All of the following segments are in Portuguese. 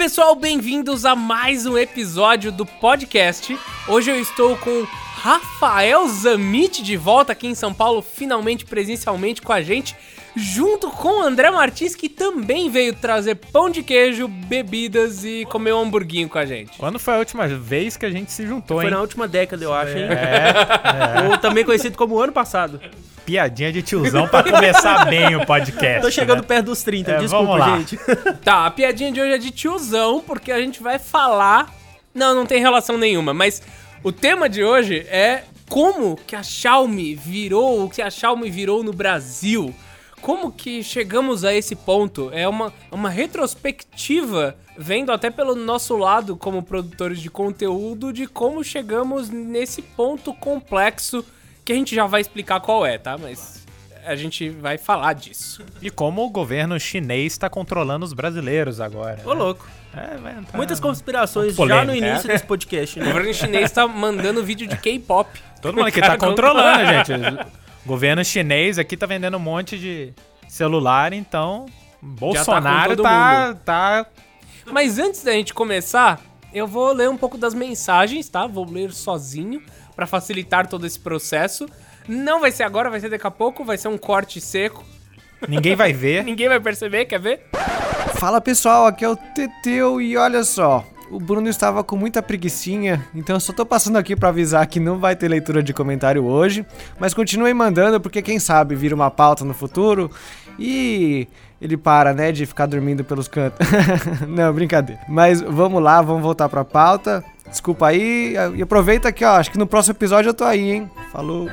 pessoal, bem-vindos a mais um episódio do podcast. Hoje eu estou com Rafael Zamit de volta aqui em São Paulo, finalmente presencialmente com a gente, junto com o André Martins, que também veio trazer pão de queijo, bebidas e comer um hamburguinho com a gente. Quando foi a última vez que a gente se juntou, Foi hein? na última década, eu acho, hein? É. Ou também conhecido como ano passado. Piadinha de tiozão pra começar bem o podcast. Tô chegando né? perto dos 30, Vamos desculpa, lá. gente. Tá, a piadinha de hoje é de tiozão, porque a gente vai falar... Não tem relação nenhuma, mas o tema de hoje é como que a Xiaomi virou, o que a Xiaomi virou no Brasil. Como que chegamos a esse ponto? É uma retrospectiva, vendo até pelo nosso lado como produtores de conteúdo, de como chegamos nesse ponto complexo, que a gente já vai explicar qual é, tá? Mas a gente vai falar disso. E como o governo chinês tá controlando os brasileiros agora. Ô, louco. Vai entrar. Muitas conspirações Muito já no polêmico, início desse podcast, O né? governo chinês tá mandando vídeo de K-pop. Todo mundo aqui tá controlando, gente. O governo chinês aqui tá vendendo um monte de celular, então Bolsonaro com todo mundo. tá... Mas antes da gente começar, eu vou ler um pouco das mensagens, tá? Vou ler sozinho, pra facilitar todo esse processo. Não vai ser agora, vai ser daqui a pouco, vai ser um corte seco. Ninguém vai ver. Ninguém vai perceber, quer ver? Fala pessoal, aqui é o Teteu e olha só, o Bruno estava com muita preguicinha, então eu só tô passando aqui pra avisar que não vai ter leitura de comentário hoje, mas continuem mandando porque quem sabe vira uma pauta no futuro e ele para, né, de ficar dormindo pelos cantos. Não, brincadeira. Mas vamos lá, vamos voltar pra pauta. Desculpa aí e aproveita que, ó, acho que no próximo episódio eu tô aí, hein. Falou.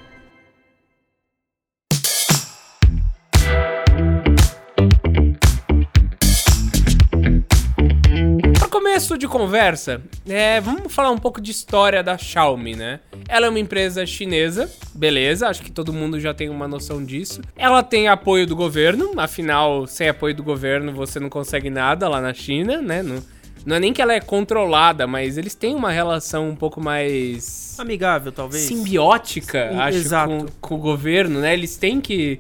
Começo de conversa, vamos falar um pouco de história da Xiaomi, né? Ela é uma empresa chinesa, beleza, acho que todo mundo já tem uma noção disso. Ela tem apoio do governo, afinal, sem apoio do governo você não consegue nada lá na China, né? Não é nem que ela é controlada, mas eles têm uma relação um pouco mais... Amigável, talvez. simbiótica, acho, exato. com o governo, né? Eles têm que...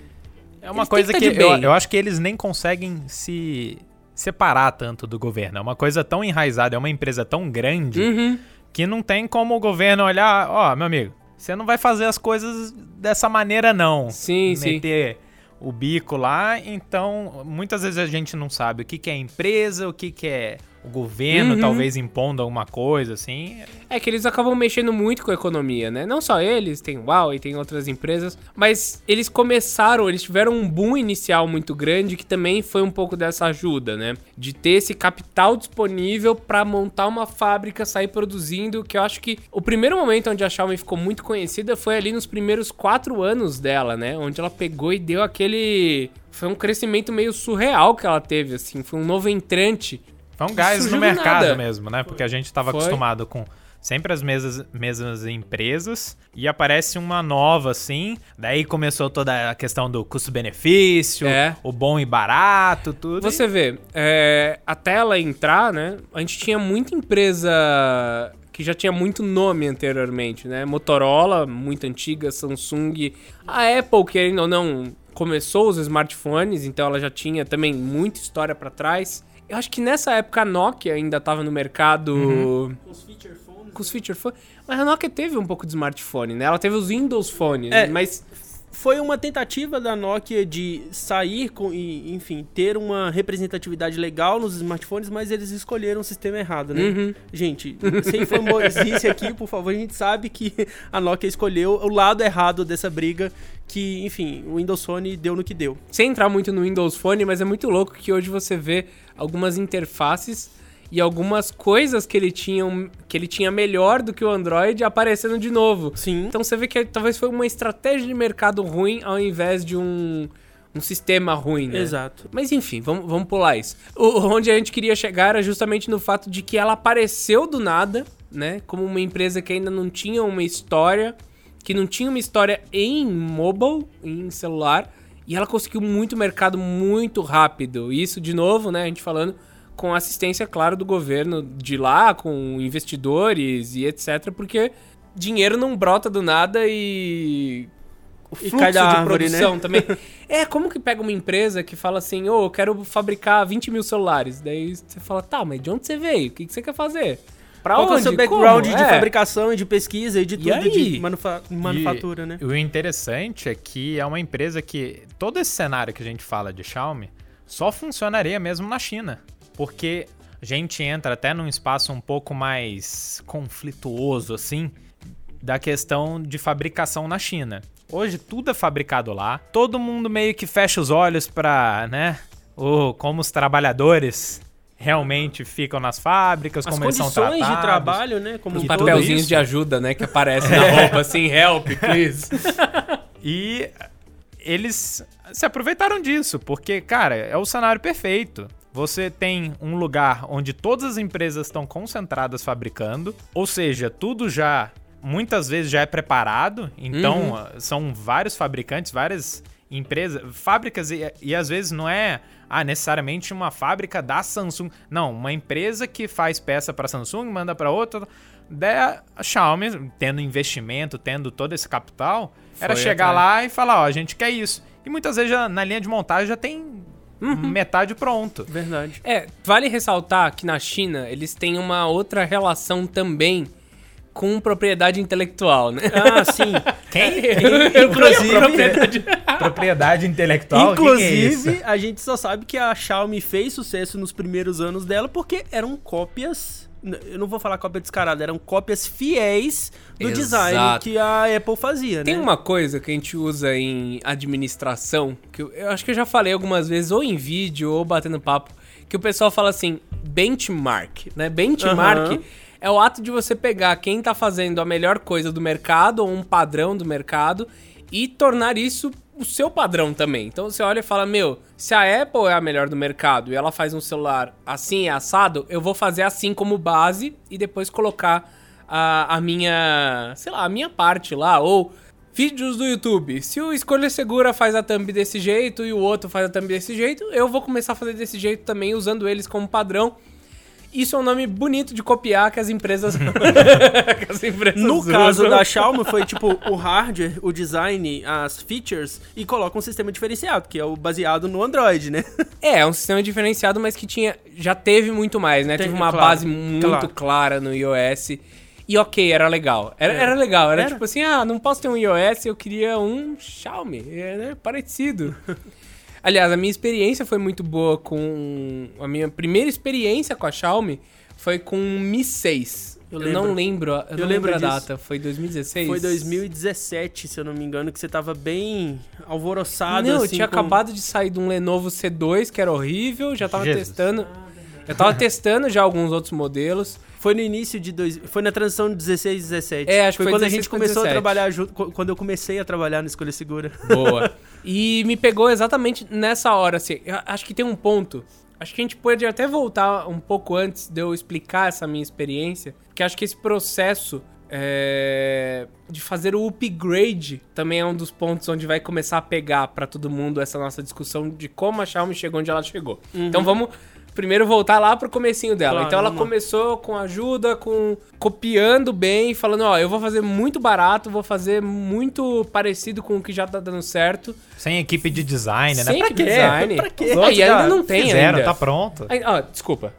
É uma Eles coisa têm que que tá de bem. eu acho que eles nem conseguem se separar tanto do governo. É uma coisa tão enraizada, é uma empresa tão grande que não tem como o governo olhar, ó, meu amigo, você não vai fazer as coisas dessa maneira não. Sim, Meter o bico lá, então muitas vezes a gente não sabe o que é empresa, o que é o governo, talvez impondo alguma coisa, assim. É que eles acabam mexendo muito com a economia, né? Não só eles, tem o Huawei, tem outras empresas, mas eles tiveram um boom inicial muito grande que também foi um pouco dessa ajuda, né? De ter esse capital disponível pra montar uma fábrica, sair produzindo, que eu acho que o primeiro momento onde a Xiaomi ficou muito conhecida foi ali nos primeiros 4 anos dela, né? Onde ela pegou e deu aquele... Foi um crescimento meio surreal que ela teve, assim, foi um novo entrante. Foi um gás Surgiu no do mercado nada. mesmo, né? Porque a gente tava Foi. acostumado com sempre as mesmas empresas e aparece uma nova, assim. Daí começou toda a questão do custo-benefício, o bom e barato, tudo. Você vê, até ela entrar, né? A gente tinha muita empresa que já tinha muito nome anteriormente, né? Motorola, muito antiga, Samsung. A Apple, querendo ou não, começou os smartphones, então ela já tinha também muita história pra trás. Eu acho que nessa época a Nokia ainda tava no mercado... Com os feature phones. Mas a Nokia teve um pouco de smartphone, né? Ela teve os Windows Phone, mas... Foi uma tentativa da Nokia de sair e, enfim, ter uma representatividade legal nos smartphones, mas eles escolheram o sistema errado, né? Gente, sem fanboyzice aqui, por favor, a gente sabe que a Nokia escolheu o lado errado dessa briga que, enfim, o Windows Phone deu no que deu. Sem entrar muito no Windows Phone, mas é muito louco que hoje você vê algumas interfaces e algumas coisas que ele tinha melhor do que o Android aparecendo de novo. Sim. Então você vê que talvez foi uma estratégia de mercado ruim ao invés de um sistema ruim, né? Exato. Mas enfim, vamos pular isso. Onde a gente queria chegar era justamente no fato de que ela apareceu do nada, né? Como uma empresa que ainda não tinha uma história, que não tinha uma história em mobile, em celular, e ela conseguiu muito mercado muito rápido. Isso, de novo, né? A gente falando com assistência, claro, do governo de lá, com investidores e etc, porque dinheiro não brota do nada e o E fluxo cai da de árvore, produção né? também. Como que pega uma empresa que fala assim, eu quero fabricar 20 mil celulares. Daí você fala, tá, mas de onde você veio? O que você quer fazer? Pra Qual que é onde? o seu background Como? de fabricação e de pesquisa e de tudo aí? de manufatura, né? E o interessante é que é uma empresa que todo esse cenário que a gente fala de Xiaomi só funcionaria mesmo na China, porque a gente entra até num espaço um pouco mais conflituoso, assim, da questão de fabricação na China. Hoje tudo é fabricado lá, todo mundo meio que fecha os olhos para, né, como os trabalhadores realmente ficam nas fábricas, As como eles são condições tratados. de trabalho, né? Como Os um tudo papelzinhos isso. de ajuda, né, que aparecem na roupa, assim, help, please. E eles se aproveitaram disso, porque, cara, é o cenário perfeito. Você tem um lugar onde todas as empresas estão concentradas fabricando, ou seja, tudo já, muitas vezes já é preparado, então são vários fabricantes, várias empresas, fábricas, e às vezes não é necessariamente uma fábrica da Samsung, não, uma empresa que faz peça para Samsung, manda para outra. A Xiaomi, tendo investimento, tendo todo esse capital, era chegar lá e falar, a gente quer isso. E muitas vezes na linha de montagem já tem metade pronto. Verdade. Vale ressaltar que na China eles têm uma outra relação também com propriedade intelectual, né? Ah, sim. Quem? Inclusive, Propriedade intelectual? inclusive a gente só sabe que a Xiaomi fez sucesso nos primeiros anos dela porque eram cópias. Eu não vou falar cópia descarada, eram cópias fiéis do Exato. design que a Apple fazia, Tem né? uma coisa que a gente usa em administração, que eu acho que eu já falei algumas vezes, ou em vídeo, ou batendo papo, que o pessoal fala assim, benchmark, né? Benchmark é o ato de você pegar quem tá fazendo a melhor coisa do mercado, ou um padrão do mercado, e tornar isso o seu padrão também. Então você olha e fala, se a Apple é a melhor do mercado e ela faz um celular assim, assado, eu vou fazer assim como base e depois colocar a minha, sei lá, a minha parte lá, ou vídeos do YouTube. Se o Escolha Segura faz a thumb desse jeito e o outro faz a thumb desse jeito, eu vou começar a fazer desse jeito também, usando eles como padrão. Isso é um nome bonito de copiar que as empresas... No caso da Xiaomi foi tipo o hardware, o design, as features e coloca um sistema diferenciado, que é o baseado no Android, né? É um sistema diferenciado, mas que já teve muito mais, né? Teve uma claro, base muito clara no iOS. E ok, era legal. Era legal. Era tipo assim, não posso ter um iOS, eu queria um Xiaomi. Né? Parecido. Aliás, a minha experiência foi muito boa com... A minha primeira experiência com a Xiaomi foi com o Mi 6. Eu não lembro a disso. data. Foi 2016? Foi 2017, se eu não me engano, que você tava bem alvoroçado. Não, assim, eu tinha acabado de sair de um Lenovo C2, que era horrível. Já tava testando... Eu tava testando já alguns outros modelos. Foi no início de... Foi na transição de 16 e 17. Acho que foi quando 16 a gente pra começou 17. a trabalhar junto... Quando eu comecei a trabalhar no Escolha Segura. Boa. E me pegou exatamente nessa hora, assim. Eu acho que tem um ponto. Acho que a gente pode até voltar um pouco antes de eu explicar essa minha experiência. Porque acho que esse processo de fazer o upgrade também é um dos pontos onde vai começar a pegar pra todo mundo essa nossa discussão de como a Xiaomi chegou onde ela chegou. Então vamos... Primeiro voltar lá pro comecinho dela. Claro, então ela começou com ajuda, copiando bem, falando, eu vou fazer muito barato, vou fazer muito parecido com o que já tá dando certo. Sem equipe de design, né? Sem Pra equipe quê? design. Pra quê? Os outros E ainda já não tem fizeram, ainda. tá pronto. Desculpa.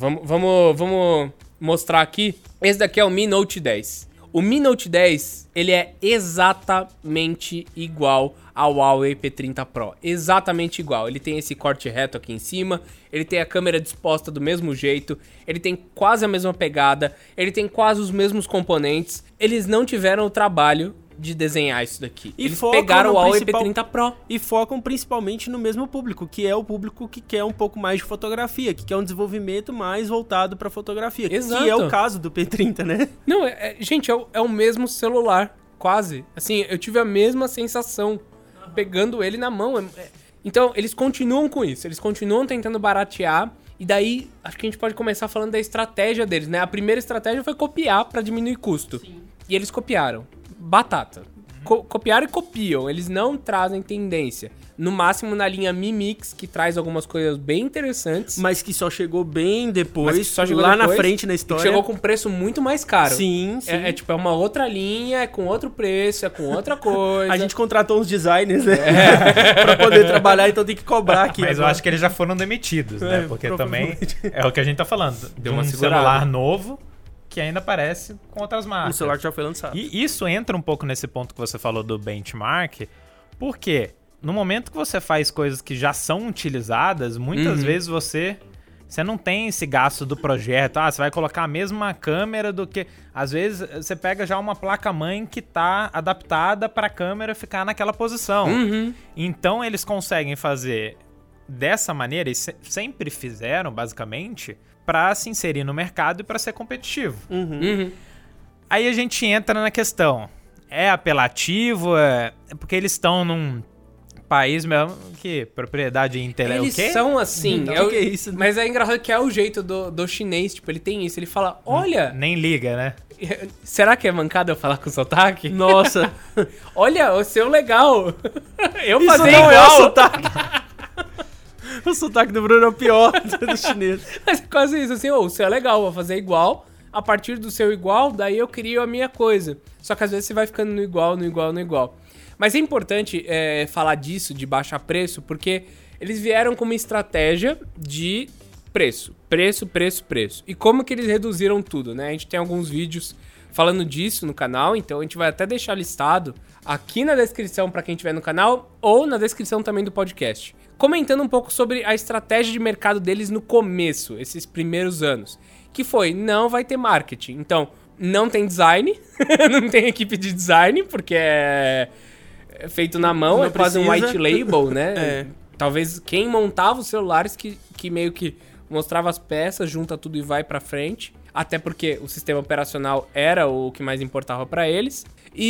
Vamos mostrar aqui. Esse daqui é o Mi Note 10. O Mi Note 10, ele é exatamente igual ao Huawei P30 Pro. Exatamente igual. Ele tem esse corte reto aqui em cima, ele tem a câmera disposta do mesmo jeito, ele tem quase a mesma pegada, ele tem quase os mesmos componentes. Eles não tiveram o trabalho de desenhar isso daqui. E eles focam pegaram o no Huawei principal- P30 Pro. E focam principalmente no mesmo público, que é o público que quer um pouco mais de fotografia, que quer um desenvolvimento mais voltado pra fotografia. Exato. Que é o caso do P30, né? Não, gente, é o mesmo celular, quase. Assim, eu tive a mesma sensação pegando ele na mão. Então, eles continuam com isso, eles continuam tentando baratear. E daí, acho que a gente pode começar falando da estratégia deles, né? A primeira estratégia foi copiar pra diminuir custo. Sim. E eles copiaram. Batata. copiaram e copiam. Eles não trazem tendência. No máximo na linha Mi Mix, que traz algumas coisas bem interessantes. Mas que só chegou bem depois, Mas que só chegou lá depois, na frente na e história. chegou com preço muito mais caro. Sim, sim. É uma outra linha, é com outro preço, é com outra coisa. A gente contratou uns designers, né? Pra poder trabalhar, então tem que cobrar aqui. Mas eu agora. acho que eles já foram demitidos, né? Porque também é o que a gente tá falando. Deu uma um segurada. celular novo que ainda aparece com outras marcas. O celular que já foi lançado. E isso entra um pouco nesse ponto que você falou do benchmark, porque no momento que você faz coisas que já são utilizadas, muitas vezes você não tem esse gasto do projeto. Você vai colocar a mesma câmera do que... Às vezes você pega já uma placa-mãe que tá adaptada para a câmera ficar naquela posição. Então eles conseguem fazer dessa maneira, e sempre fizeram, basicamente, para se inserir no mercado e para ser competitivo. Aí a gente entra na questão. É apelativo? É porque eles estão num país mesmo que propriedade intelectual. Eles são assim. Então, que é isso? Mas é engraçado que é o jeito do chinês. Tipo, ele tem isso. Ele fala, olha... Nem liga, né? Será que é mancada eu falar com sotaque? Nossa. Olha, o seu legal. Eu Isso fazer não igual. é o sotaque. O sotaque do Bruno é o pior do chinês. Mas é quase isso, assim, o seu é legal, vou fazer igual. A partir do seu igual, daí eu crio a minha coisa. Só que às vezes você vai ficando no igual. Mas é importante falar disso, de baixar preço, porque eles vieram com uma estratégia de preço. Preço. E como que eles reduziram tudo, né? A gente tem alguns vídeos falando disso no canal, então a gente vai até deixar listado aqui na descrição para quem estiver no canal ou na descrição também do podcast. Comentando um pouco sobre a estratégia de mercado deles no começo, esses primeiros anos. Que foi, não vai ter marketing. Então, não tem design, não tem equipe de design, porque é feito na mão, Não é quase um precisa. white label, né? É. Talvez quem montava os celulares que meio que mostrava as peças, junta tudo e vai pra frente. Até porque o sistema operacional era o que mais importava pra eles.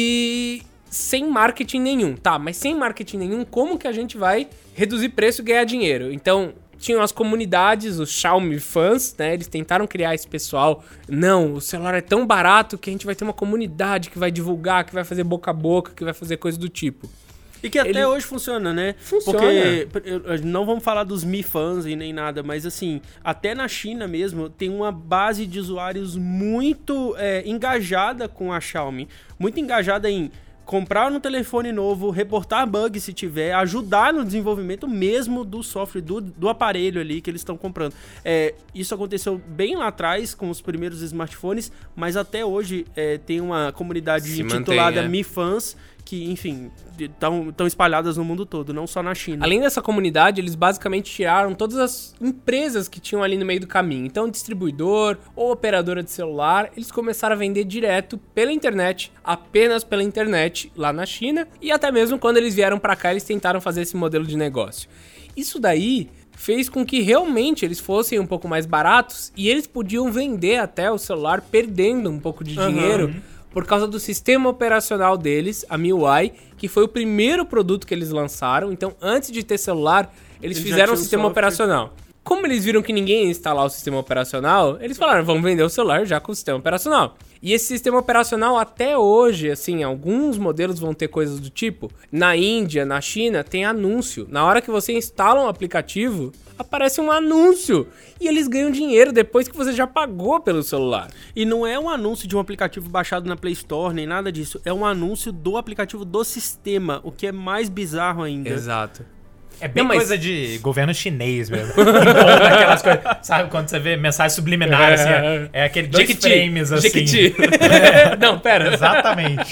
E sem marketing nenhum. Tá, mas sem marketing nenhum, como que a gente vai reduzir preço e ganhar dinheiro? Então, tinham as comunidades, os Xiaomi fãs, né? Eles tentaram criar esse pessoal. Não, o celular é tão barato que a gente vai ter uma comunidade que vai divulgar, que vai fazer boca a boca, que vai fazer coisa do tipo. E que até hoje funciona, né? Funciona. Porque não vamos falar dos Mi fãs e nem nada, mas assim, até na China mesmo tem uma base de usuários muito engajada com a Xiaomi. Muito engajada em comprar um telefone novo, reportar bugs se tiver, ajudar no desenvolvimento mesmo do software, do aparelho ali que eles estão comprando. Isso aconteceu bem lá atrás com os primeiros smartphones, mas até hoje tem uma comunidade Se intitulada mantém, Mi Fans, que, enfim, estão espalhadas no mundo todo, não só na China. Além dessa comunidade, eles basicamente tiraram todas as empresas que tinham ali no meio do caminho. Então, distribuidor ou operadora de celular, eles começaram a vender direto pela internet, apenas pela internet, lá na China. E até mesmo quando eles vieram pra cá, eles tentaram fazer esse modelo de negócio. Isso daí fez com que realmente eles fossem um pouco mais baratos e eles podiam vender até o celular perdendo um pouco de dinheiro por causa do sistema operacional deles, a MIUI, que foi o primeiro produto que eles lançaram. Então, antes de ter celular, eles fizeram um sistema operacional. Como eles viram que ninguém ia instalar o sistema operacional, eles falaram, vamos vender o celular já com o sistema operacional. E esse sistema operacional até hoje, assim, alguns modelos vão ter coisas do tipo. Na Índia, na China, tem anúncio. Na hora que você instala um aplicativo, aparece um anúncio. E eles ganham dinheiro depois que você já pagou pelo celular. E não é um anúncio de um aplicativo baixado na Play Store, nem nada disso. É um anúncio do aplicativo do sistema, o que é mais bizarro ainda. Exato. É bem Não, mas- coisa de governo chinês mesmo. Aquelas coisas, sabe quando você vê mensagem subliminar, assim, é aquele 2 frames, assim. Jequiti. Não, pera. Exatamente.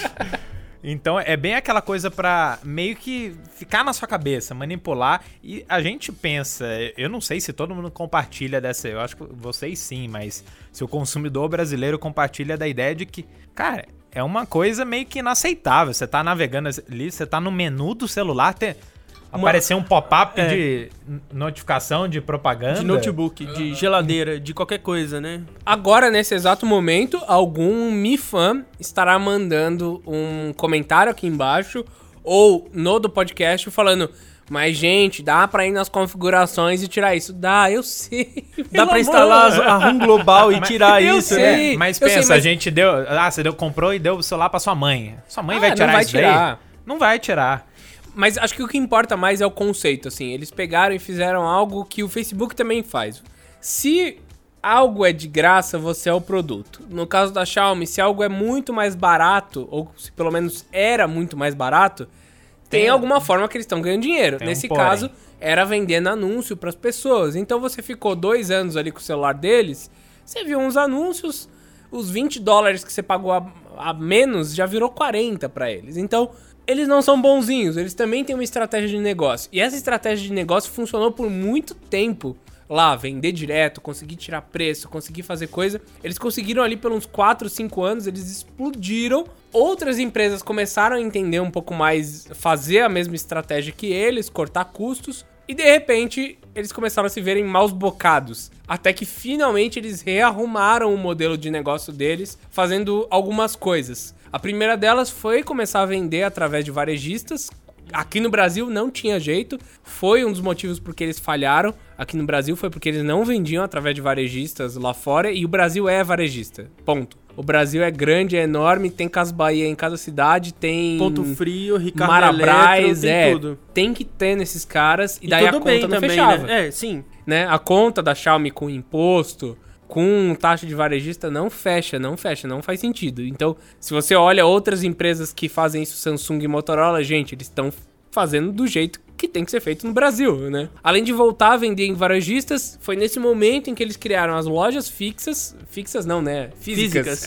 Então é bem aquela coisa pra meio que ficar na sua cabeça, manipular. E a gente pensa, eu não sei se todo mundo compartilha dessa, eu acho que vocês sim, mas se o consumidor brasileiro compartilha da ideia de que, cara, é uma coisa meio que inaceitável. Você tá navegando ali, você tá no menu do celular, aparecer um pop-up de notificação de propaganda. De notebook, de geladeira, de qualquer coisa, né? Agora, nesse exato momento, algum Mi Fã estará mandando um comentário aqui embaixo ou no do podcast falando: Mas, gente, dá pra ir nas configurações e tirar isso? Dá, eu sei. Dá pra instalar a ROM global e tirar eu isso, sei. né? Mas Eu pensa, sei, mas- a gente deu... Ah, você comprou e deu o celular pra sua mãe. Sua mãe vai tirar não vai isso daí? tirar. Não vai tirar. Mas acho que o que importa mais é o conceito, assim. Eles pegaram e fizeram algo que o Facebook também faz. Se algo é de graça, você é o produto. No caso da Xiaomi, se algo é muito mais barato, ou se pelo menos era muito mais barato, tem alguma forma que eles estão ganhando dinheiro. Tem Nesse porém. caso, era vendendo anúncio pras pessoas. Então você ficou 2 anos ali com o celular deles, você viu uns anúncios, os $20 que você pagou a menos já virou 40 pra eles. Então, eles não são bonzinhos, eles também têm uma estratégia de negócio. E essa estratégia de negócio funcionou por muito tempo. Lá, vender direto, conseguir tirar preço, conseguir fazer coisa. Eles conseguiram ali por uns 4, 5 anos, eles explodiram. Outras empresas começaram a entender um pouco mais, fazer a mesma estratégia que eles, cortar custos. E de repente, eles começaram a se verem maus bocados. Até que finalmente eles rearrumaram o modelo de negócio deles, fazendo algumas coisas. A primeira delas foi começar a vender através de varejistas. Aqui no Brasil não tinha jeito, foi um dos motivos porque eles falharam. Aqui no Brasil foi porque eles não vendiam através de varejistas lá fora, e o Brasil é varejista, ponto. O Brasil é grande, é enorme, tem Casas Bahia em cada cidade, tem Ponto Frio, Ricardo Marabras, Eletro, tem tudo. tem que ter nesses caras, e E daí a tudo conta bem não também, fechava. né? É, sim. Né? A conta da Xiaomi com imposto, com taxa de varejista, não fecha, não faz sentido. Então, se você olha outras empresas que fazem isso, Samsung e Motorola, gente, eles estão fazendo do jeito que tem que ser feito no Brasil, né? Além de voltar a vender em varejistas, foi nesse momento em que eles criaram as lojas fixas não, né? Físicas.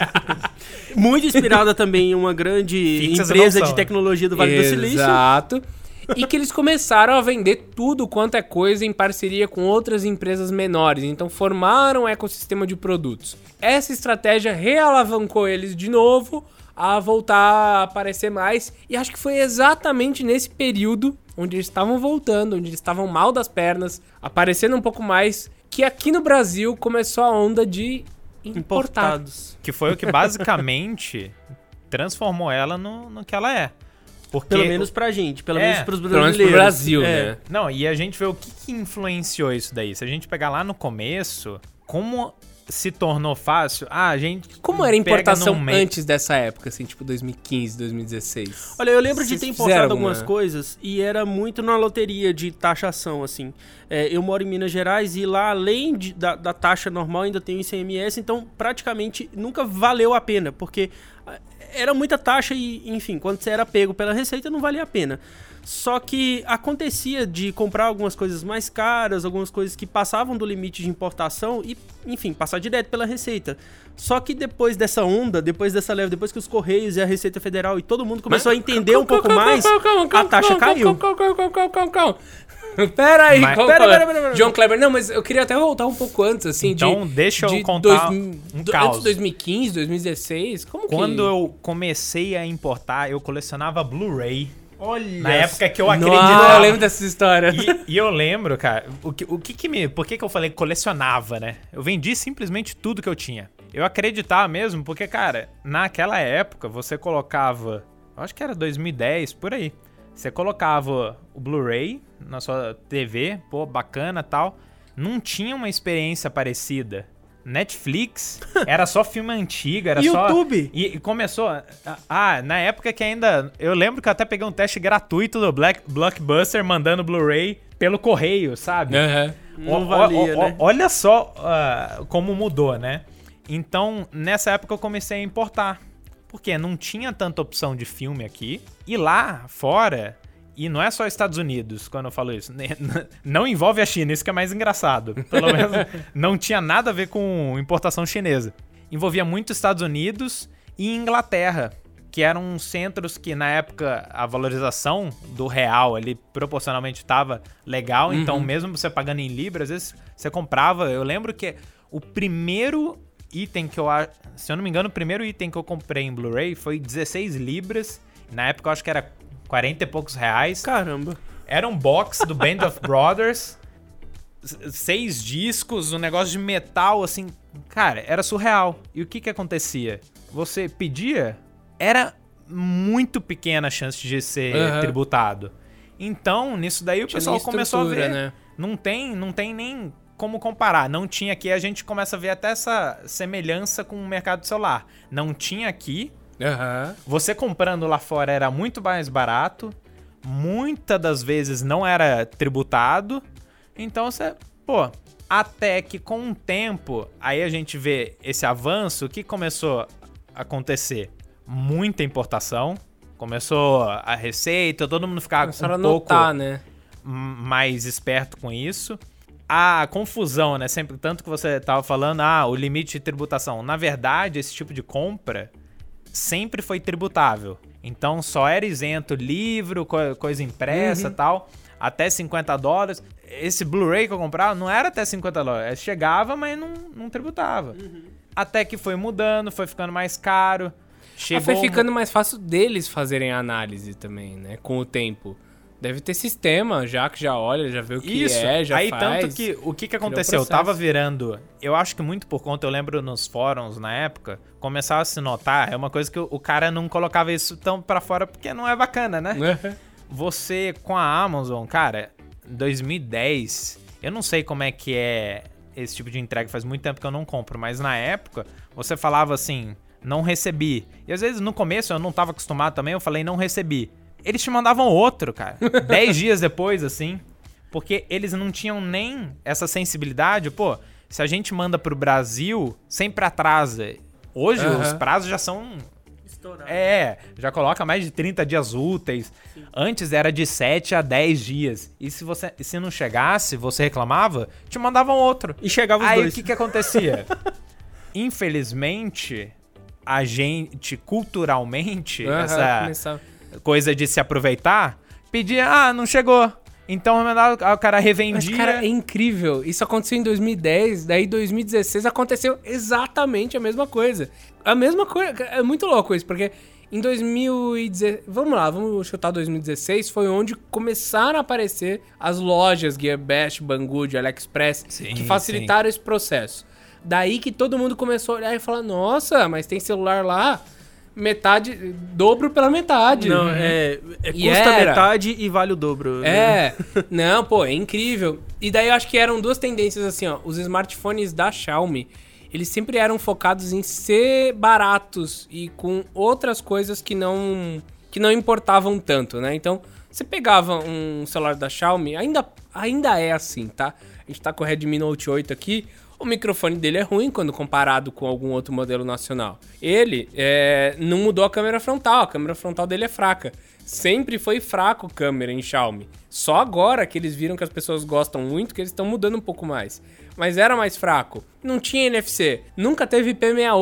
Muito inspirada também em uma grande Fixas empresa não de são. tecnologia do Vale do Silício. Exato. E que eles começaram a vender tudo quanto é coisa em parceria com outras empresas menores. Então formaram um ecossistema de produtos. Essa estratégia realavancou eles de novo a voltar a aparecer mais. E acho que foi exatamente nesse período onde eles estavam voltando, onde eles estavam mal das pernas, aparecendo um pouco mais, que aqui no Brasil começou a onda de importar. Importados. Que foi o que basicamente transformou ela no que ela é. Porque Pelo menos pra gente, pelo menos pros Pelo menos brasileiros. pro Brasil, É. né? Não, e a gente vê o que influenciou isso daí. Se a gente pegar lá no começo, como se tornou fácil, a gente Como era a pega importação num meio- antes dessa época, assim, tipo 2015, 2016? Olha, eu lembro de Vocês ter fizeram importado alguma- algumas coisas e era muito na loteria de taxação, assim. Eu moro em Minas Gerais e lá, além da taxa normal, ainda tem o ICMS, então praticamente nunca valeu a pena, porque era muita taxa e, enfim, quando você era pego pela Receita, não valia a pena. Só que acontecia de comprar algumas coisas mais caras, algumas coisas que passavam do limite de importação e, enfim, passar direto pela Receita. Só que depois dessa onda, depois dessa leve, depois que os Correios e a Receita Federal e todo mundo começou a entender um pouco mais, a taxa caiu. Calma. Pera aí, Mas- Pera. John Kleber, não, mas eu queria até voltar um pouco antes, assim, Então, deixa eu de contar um caos. Antes de 2015, 2016, como que... Quando eu comecei a importar, eu colecionava Blu-ray. Olha, Na época que eu Nossa, acreditava. eu lembro dessa história. E eu lembro, cara, por que eu falei que colecionava, né? Eu vendi simplesmente tudo que eu tinha. Eu acreditava mesmo, porque, cara, naquela época você colocava, acho que era 2010, por aí. Você colocava o Blu-ray na sua TV, pô, bacana e tal. Não tinha uma experiência parecida. Netflix era só filme antigo, era só... YouTube? E começou... na época que ainda... Eu lembro que eu até peguei um teste gratuito do Blockbuster mandando Blu-ray pelo correio, sabe? Aham. Não valia, né? Olha só como mudou, né? Então, nessa época eu comecei a importar. Porque não tinha tanta opção de filme aqui. E lá fora... E não é só Estados Unidos, quando eu falo isso. Não envolve a China, isso que é mais engraçado. Pelo menos não tinha nada a ver com importação chinesa. Envolvia muito Estados Unidos e Inglaterra, que eram centros que na época a valorização do real ali proporcionalmente estava legal. Então mesmo você pagando em libra, às vezes você comprava. Eu lembro que o primeiro item que se eu não me engano, o primeiro item que eu comprei em Blu-ray foi 16 libras. Na época eu acho que era 40 e poucos reais. Caramba. Era um box do Band of Brothers, 6 discos, um negócio de metal, assim. Cara, era surreal. E o que acontecia? Você pedia, era muito pequena a chance de ser tributado. Então, nisso daí o pessoal começou a ver. Né? Não tem nem como comparar. Não tinha aqui, a gente começa a ver até essa semelhança com o mercado celular. Não tinha aqui. Você comprando lá fora era muito mais barato. Muitas das vezes não era tributado. Então você, até que com o tempo, aí a gente vê esse avanço que começou a acontecer. Muita importação. Começou a receita, todo mundo ficava um pouco né? mais esperto com isso. A confusão, né? Sempre tanto que você estava falando, o limite de tributação. Na verdade, esse tipo de compra sempre foi tributável. Então, só era isento livro, coisa impressa e tal, até $50. Esse Blu-ray que eu comprava não era até $50. Chegava, mas não tributava. Até que foi mudando, foi ficando mais caro. Foi ficando mais fácil deles fazerem a análise também, né? Com o tempo. Deve ter sistema, já olha, já vê o que já aí, faz. Tanto que, o que aconteceu? Tava virando, eu acho que muito por conta, eu lembro nos fóruns na época, começava a se notar, é uma coisa que o cara não colocava isso tão pra fora porque não é bacana, né? Você, com a Amazon, cara, 2010, eu não sei como é que é esse tipo de entrega, faz muito tempo que eu não compro, mas na época, você falava assim, não recebi. E às vezes no começo eu não tava acostumado também, eu falei não recebi. Eles te mandavam outro, cara. 10 dias depois, assim. Porque eles não tinham nem essa sensibilidade. Se a gente manda pro Brasil, sempre atrasa. Hoje os prazos já são... estourados. Já coloca mais de 30 dias úteis. Sim. Antes era de 7 a 10 dias. E se não chegasse, você reclamava, te mandavam outro. E chegava os dois. dois. Aí o que acontecia? Infelizmente, a gente, culturalmente, essa coisa de se aproveitar, pedia, não chegou. Então o cara revendia. Mas, cara, é incrível. Isso aconteceu em 2010, daí em 2016 aconteceu exatamente a mesma coisa. A mesma coisa. É muito louco isso, porque em 2016... vamos chutar 2016, foi onde começaram a aparecer as lojas Gearbest, Banggood, AliExpress, que facilitaram esse processo. Daí que todo mundo começou a olhar e falar, nossa, mas tem celular lá... metade, dobro pela metade. Não, custa metade e vale o dobro. Não, é incrível. E daí eu acho que eram duas tendências assim, ó. Os smartphones da Xiaomi, eles sempre eram focados em ser baratos e com outras coisas que não importavam tanto, né? Então, você pegava um celular da Xiaomi, ainda é assim, tá? A gente tá com o Redmi Note 8 aqui. O microfone dele é ruim quando comparado com algum outro modelo nacional. Ele não mudou a câmera frontal dele é fraca. Sempre foi fraco a câmera em Xiaomi. Só agora que eles viram que as pessoas gostam muito, que eles estão mudando um pouco mais. Mas era mais fraco. Não tinha NFC. Nunca teve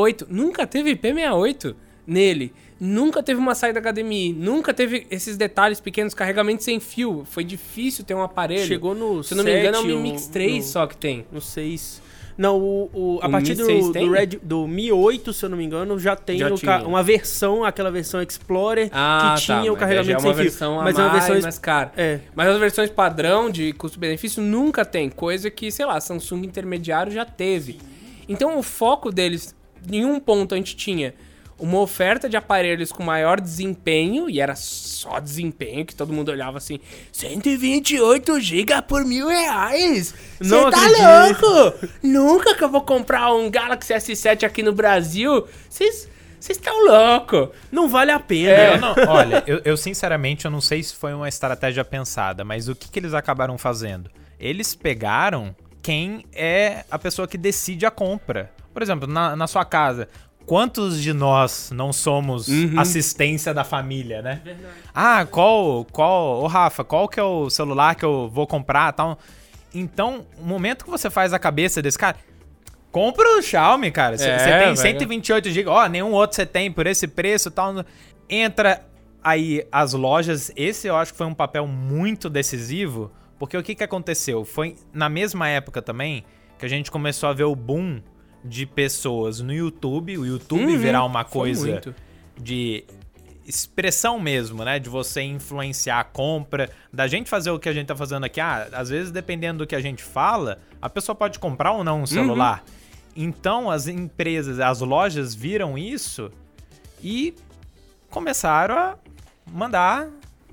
IP68 nele. Nunca teve uma saída HDMI. Nunca teve esses detalhes pequenos, carregamento sem fio. Foi difícil ter um aparelho. Chegou no 7, se eu não me engano, é o Mi Mix 3 só que tem. No 6... Não, a partir do Mi 8, se eu não me engano, já tem uma versão, aquela versão Explorer, que tinha o carregamento sem fio. Mas é uma versão mais cara. Mas as versões padrão de custo-benefício nunca tem. Coisa que, sei lá, Samsung intermediário já teve. Então o foco deles, em um ponto a gente tinha uma oferta de aparelhos com maior desempenho, e era só desempenho, que todo mundo olhava assim, 128 GB por R$1.000? Você tá louco? Nunca que eu vou comprar um Galaxy S7 aqui no Brasil? Vocês estão loucos. Não vale a pena. Olha, eu sinceramente, eu não sei se foi uma estratégia pensada, mas o que eles acabaram fazendo? Eles pegaram quem é a pessoa que decide a compra. Por exemplo, na sua casa... Quantos de nós não somos assistência da família, né? Verdade. Rafa, qual que é o celular que eu vou comprar, tal? Então, o momento que você faz a cabeça desse cara, compra o Xiaomi, cara. Você tem 128 GB, nenhum outro você tem por esse preço, tal. Entra aí as lojas, esse eu acho que foi um papel muito decisivo, porque o que aconteceu? Foi na mesma época também que a gente começou a ver o boom de pessoas no YouTube, o YouTube virar uma coisa de expressão mesmo, né? De você influenciar a compra, da gente fazer o que a gente tá fazendo aqui. Às vezes, dependendo do que a gente fala, a pessoa pode comprar ou não um celular. Então, as empresas, as lojas viram isso e começaram a mandar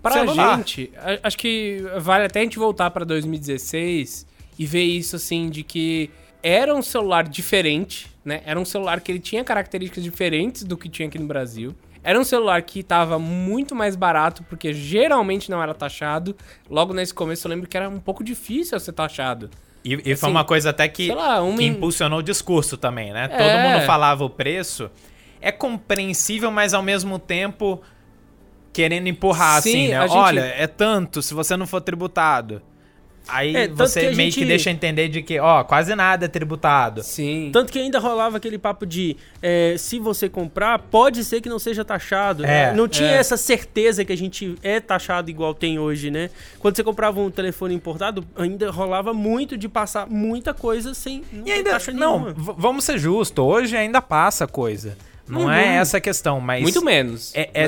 Pra celular. gente, acho que vale até a gente voltar pra 2016 e ver isso, assim, de que era um celular diferente, né? Era um celular que ele tinha características diferentes do que tinha aqui no Brasil. Era um celular que tava muito mais barato, porque geralmente não era taxado. Logo nesse começo eu lembro que era um pouco difícil ser taxado. E Assim, foi uma coisa até que, sei lá, que impulsionou o discurso também, né? É. Todo mundo falava o preço. É compreensível, mas ao mesmo tempo querendo empurrar, Sim, assim, né? a gente- Olha, é tanto se você não for tributado. Aí tanto você que a meio gente- que deixa entender de que, ó, quase nada é tributado. Sim. Tanto que ainda rolava aquele papo de se você comprar, pode ser que não seja taxado. É, Não tinha é. essa certeza que a gente é taxado igual tem hoje, né? Quando você comprava um telefone importado, ainda rolava muito de passar muita coisa sem E ainda, taxa não, nenhuma. vamos ser justos, hoje ainda passa coisa. Não é essa a questão, mas... Muito menos. É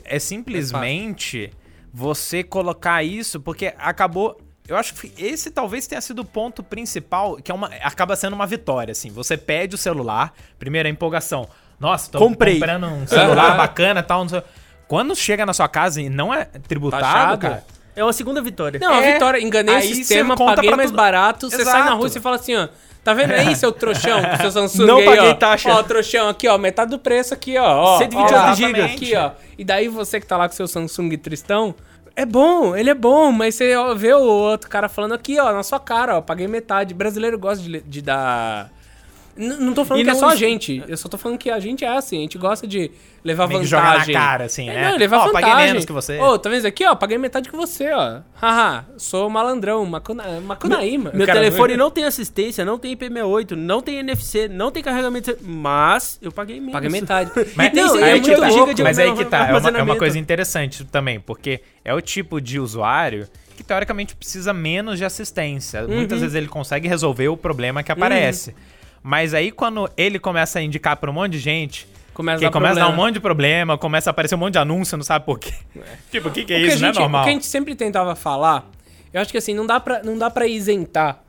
simplesmente você colocar isso, porque acabou... Eu acho que esse talvez tenha sido o ponto principal, que acaba sendo uma vitória, assim. Você pede o celular, primeiro a empolgação. Nossa, tô Comprei. comprando um celular bacana e tal. Não sei. Quando chega na sua casa e não é tributado, Taxado? cara... É uma segunda vitória. Não, a Vitória, enganei o aí sistema, você conta paguei pra mais tudo. barato, você sai na rua e Exato. você fala assim, ó, tá vendo aí, seu trouxão, com seu Samsung Não aí, paguei ó, taxa. ó, trouxão aqui, ó, metade do preço aqui, ó, 128 ó, GB. aqui, ó, e daí você que tá lá com seu Samsung tristão, ele é bom, mas você ó, vê o outro cara falando aqui, ó, na sua cara, ó, paguei metade, brasileiro gosta de dar... Não tô falando E que é não- só a gente, eu só tô falando que a gente é assim, a gente gosta de levar Meio que vantagem. jogar na cara, assim, né? Não, levar Ó, vantagem. paguei menos que você. Ô, tá vendo isso aqui, ó, paguei metade que você, ó. Haha, sou malandrão, macunaíma. Meu Cara, telefone não tem assistência, não tem IP68, não tem NFC, não tem carregamento, mas eu paguei menos. Paguei metade. Mas, E tem aí aí é que muito tá. giga de Mas aí que tá, é uma armazenamento. coisa interessante também, porque é o tipo de usuário que teoricamente precisa menos de assistência. Muitas vezes ele consegue resolver o problema que aparece. Mas aí quando ele começa a indicar pra um monte de gente, Começa que a dar começa a dar um problema. monte de problema, começa a aparecer um monte de anúncio, não sabe por quê. Tipo, o que é O que isso? Não é normal. O que a gente sempre tentava falar, eu acho que assim, não dá pra isentar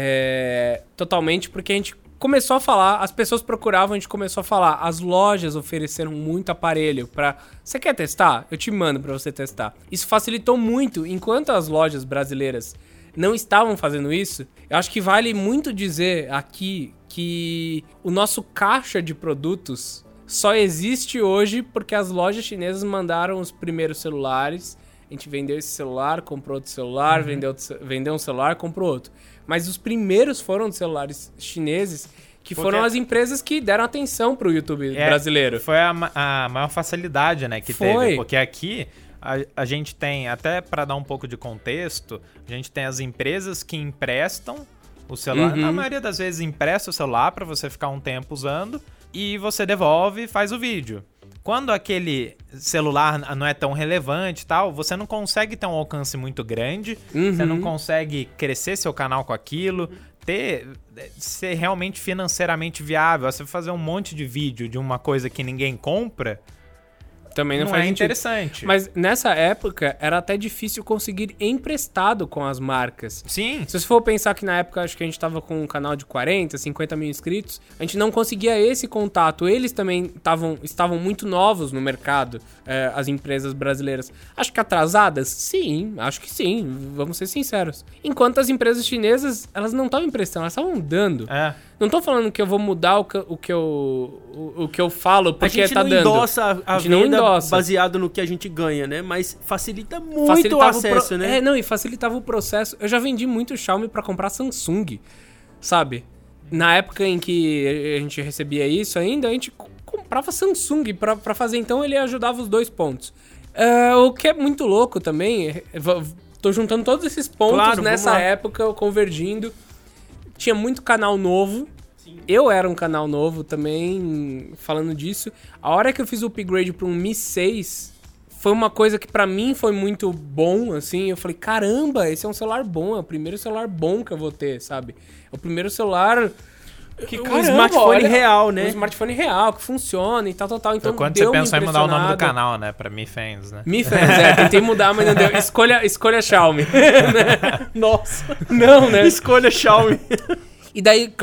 totalmente, porque a gente começou a falar, as pessoas procuravam, a gente começou a falar, as lojas ofereceram muito aparelho pra... Você quer testar? Eu te mando pra você testar. Isso facilitou muito, enquanto as lojas brasileiras não estavam fazendo isso, eu acho que vale muito dizer aqui que o nosso caixa de produtos só existe hoje porque as lojas chinesas mandaram os primeiros celulares. A gente vendeu esse celular, comprou outro celular, vendeu um celular, comprou outro. Mas os primeiros foram de celulares chineses, que Porque- foram as empresas que deram atenção pro YouTube brasileiro. Foi a maior facilidade, né, que Foi. teve. Porque aqui a gente tem, até pra dar um pouco de contexto, a gente tem as empresas que emprestam o celular. Na maioria das vezes empresta o celular pra você ficar um tempo usando e você devolve e faz o vídeo. Quando aquele celular não é tão relevante e tal, você não consegue ter um alcance muito grande, você não consegue crescer seu canal com aquilo, ser realmente financeiramente viável. Você fazer um monte de vídeo de uma coisa que ninguém compra, Também não, não faz é sentido. interessante. Mas nessa época era até difícil conseguir emprestado com as marcas. Sim, Se você for pensar que na época, acho que a gente tava com um canal de 40, 50 mil inscritos, a gente não conseguia esse contato. Eles também estavam muito novos no mercado, as empresas brasileiras. Acho que atrasadas? Sim, acho que sim, vamos ser sinceros. Enquanto as empresas chinesas, elas não estavam emprestando, elas estavam dando. é. Não tô falando que eu vou mudar o que eu falo A porque gente tá não dando. endossa a gente não venda endossa. baseado no que a gente ganha, né? Mas facilita muito Facilitava o acesso, né? e facilitava o processo. Eu já vendi muito Xiaomi pra comprar Samsung, sabe? Na época em que a gente recebia isso ainda, a gente comprava Samsung pra fazer. Então ele ajudava os dois pontos. O que é muito louco também, tô juntando todos esses pontos Claro, vamos nessa lá. época, convergindo. Tinha muito canal novo. Eu era um canal novo também, falando disso. A hora que eu fiz o upgrade para um Mi 6, foi uma coisa que pra mim foi muito bom, assim. Eu falei, caramba, esse é um celular bom, é o primeiro celular bom que eu vou ter, sabe? É o primeiro celular... Que, Um smartphone real, né? Um smartphone real, que funciona e tal. Então Foi quando deu você uma pensou em mudar o nome do impressionada. canal, né? Pra Mi Fans, né? Mi Fans, tentei mudar, mas não deu. Escolha Xiaomi. Nossa. Não, né? Escolha Xiaomi. E daí, claro,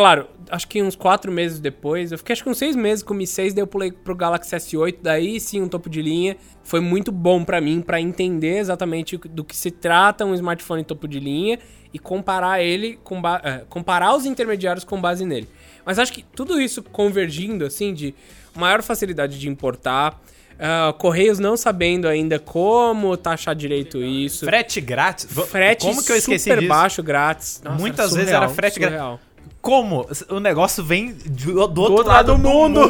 acho que uns 4 meses depois, eu fiquei acho que uns 6 meses com o Mi 6, daí eu pulei pro Galaxy S8, daí sim um topo de linha. Foi muito bom pra mim, pra entender exatamente do que se trata um smartphone topo de linha e comparar ele, comparar os intermediários com base nele. Mas acho que tudo isso convergindo, assim, de maior facilidade de importar, Correios não sabendo ainda como taxar direito isso. Frete grátis? Frete como que eu esqueci super disso? baixo grátis. Nossa, Muitas vezes era frete grátis. Como? O negócio vem do outro lado do mundo.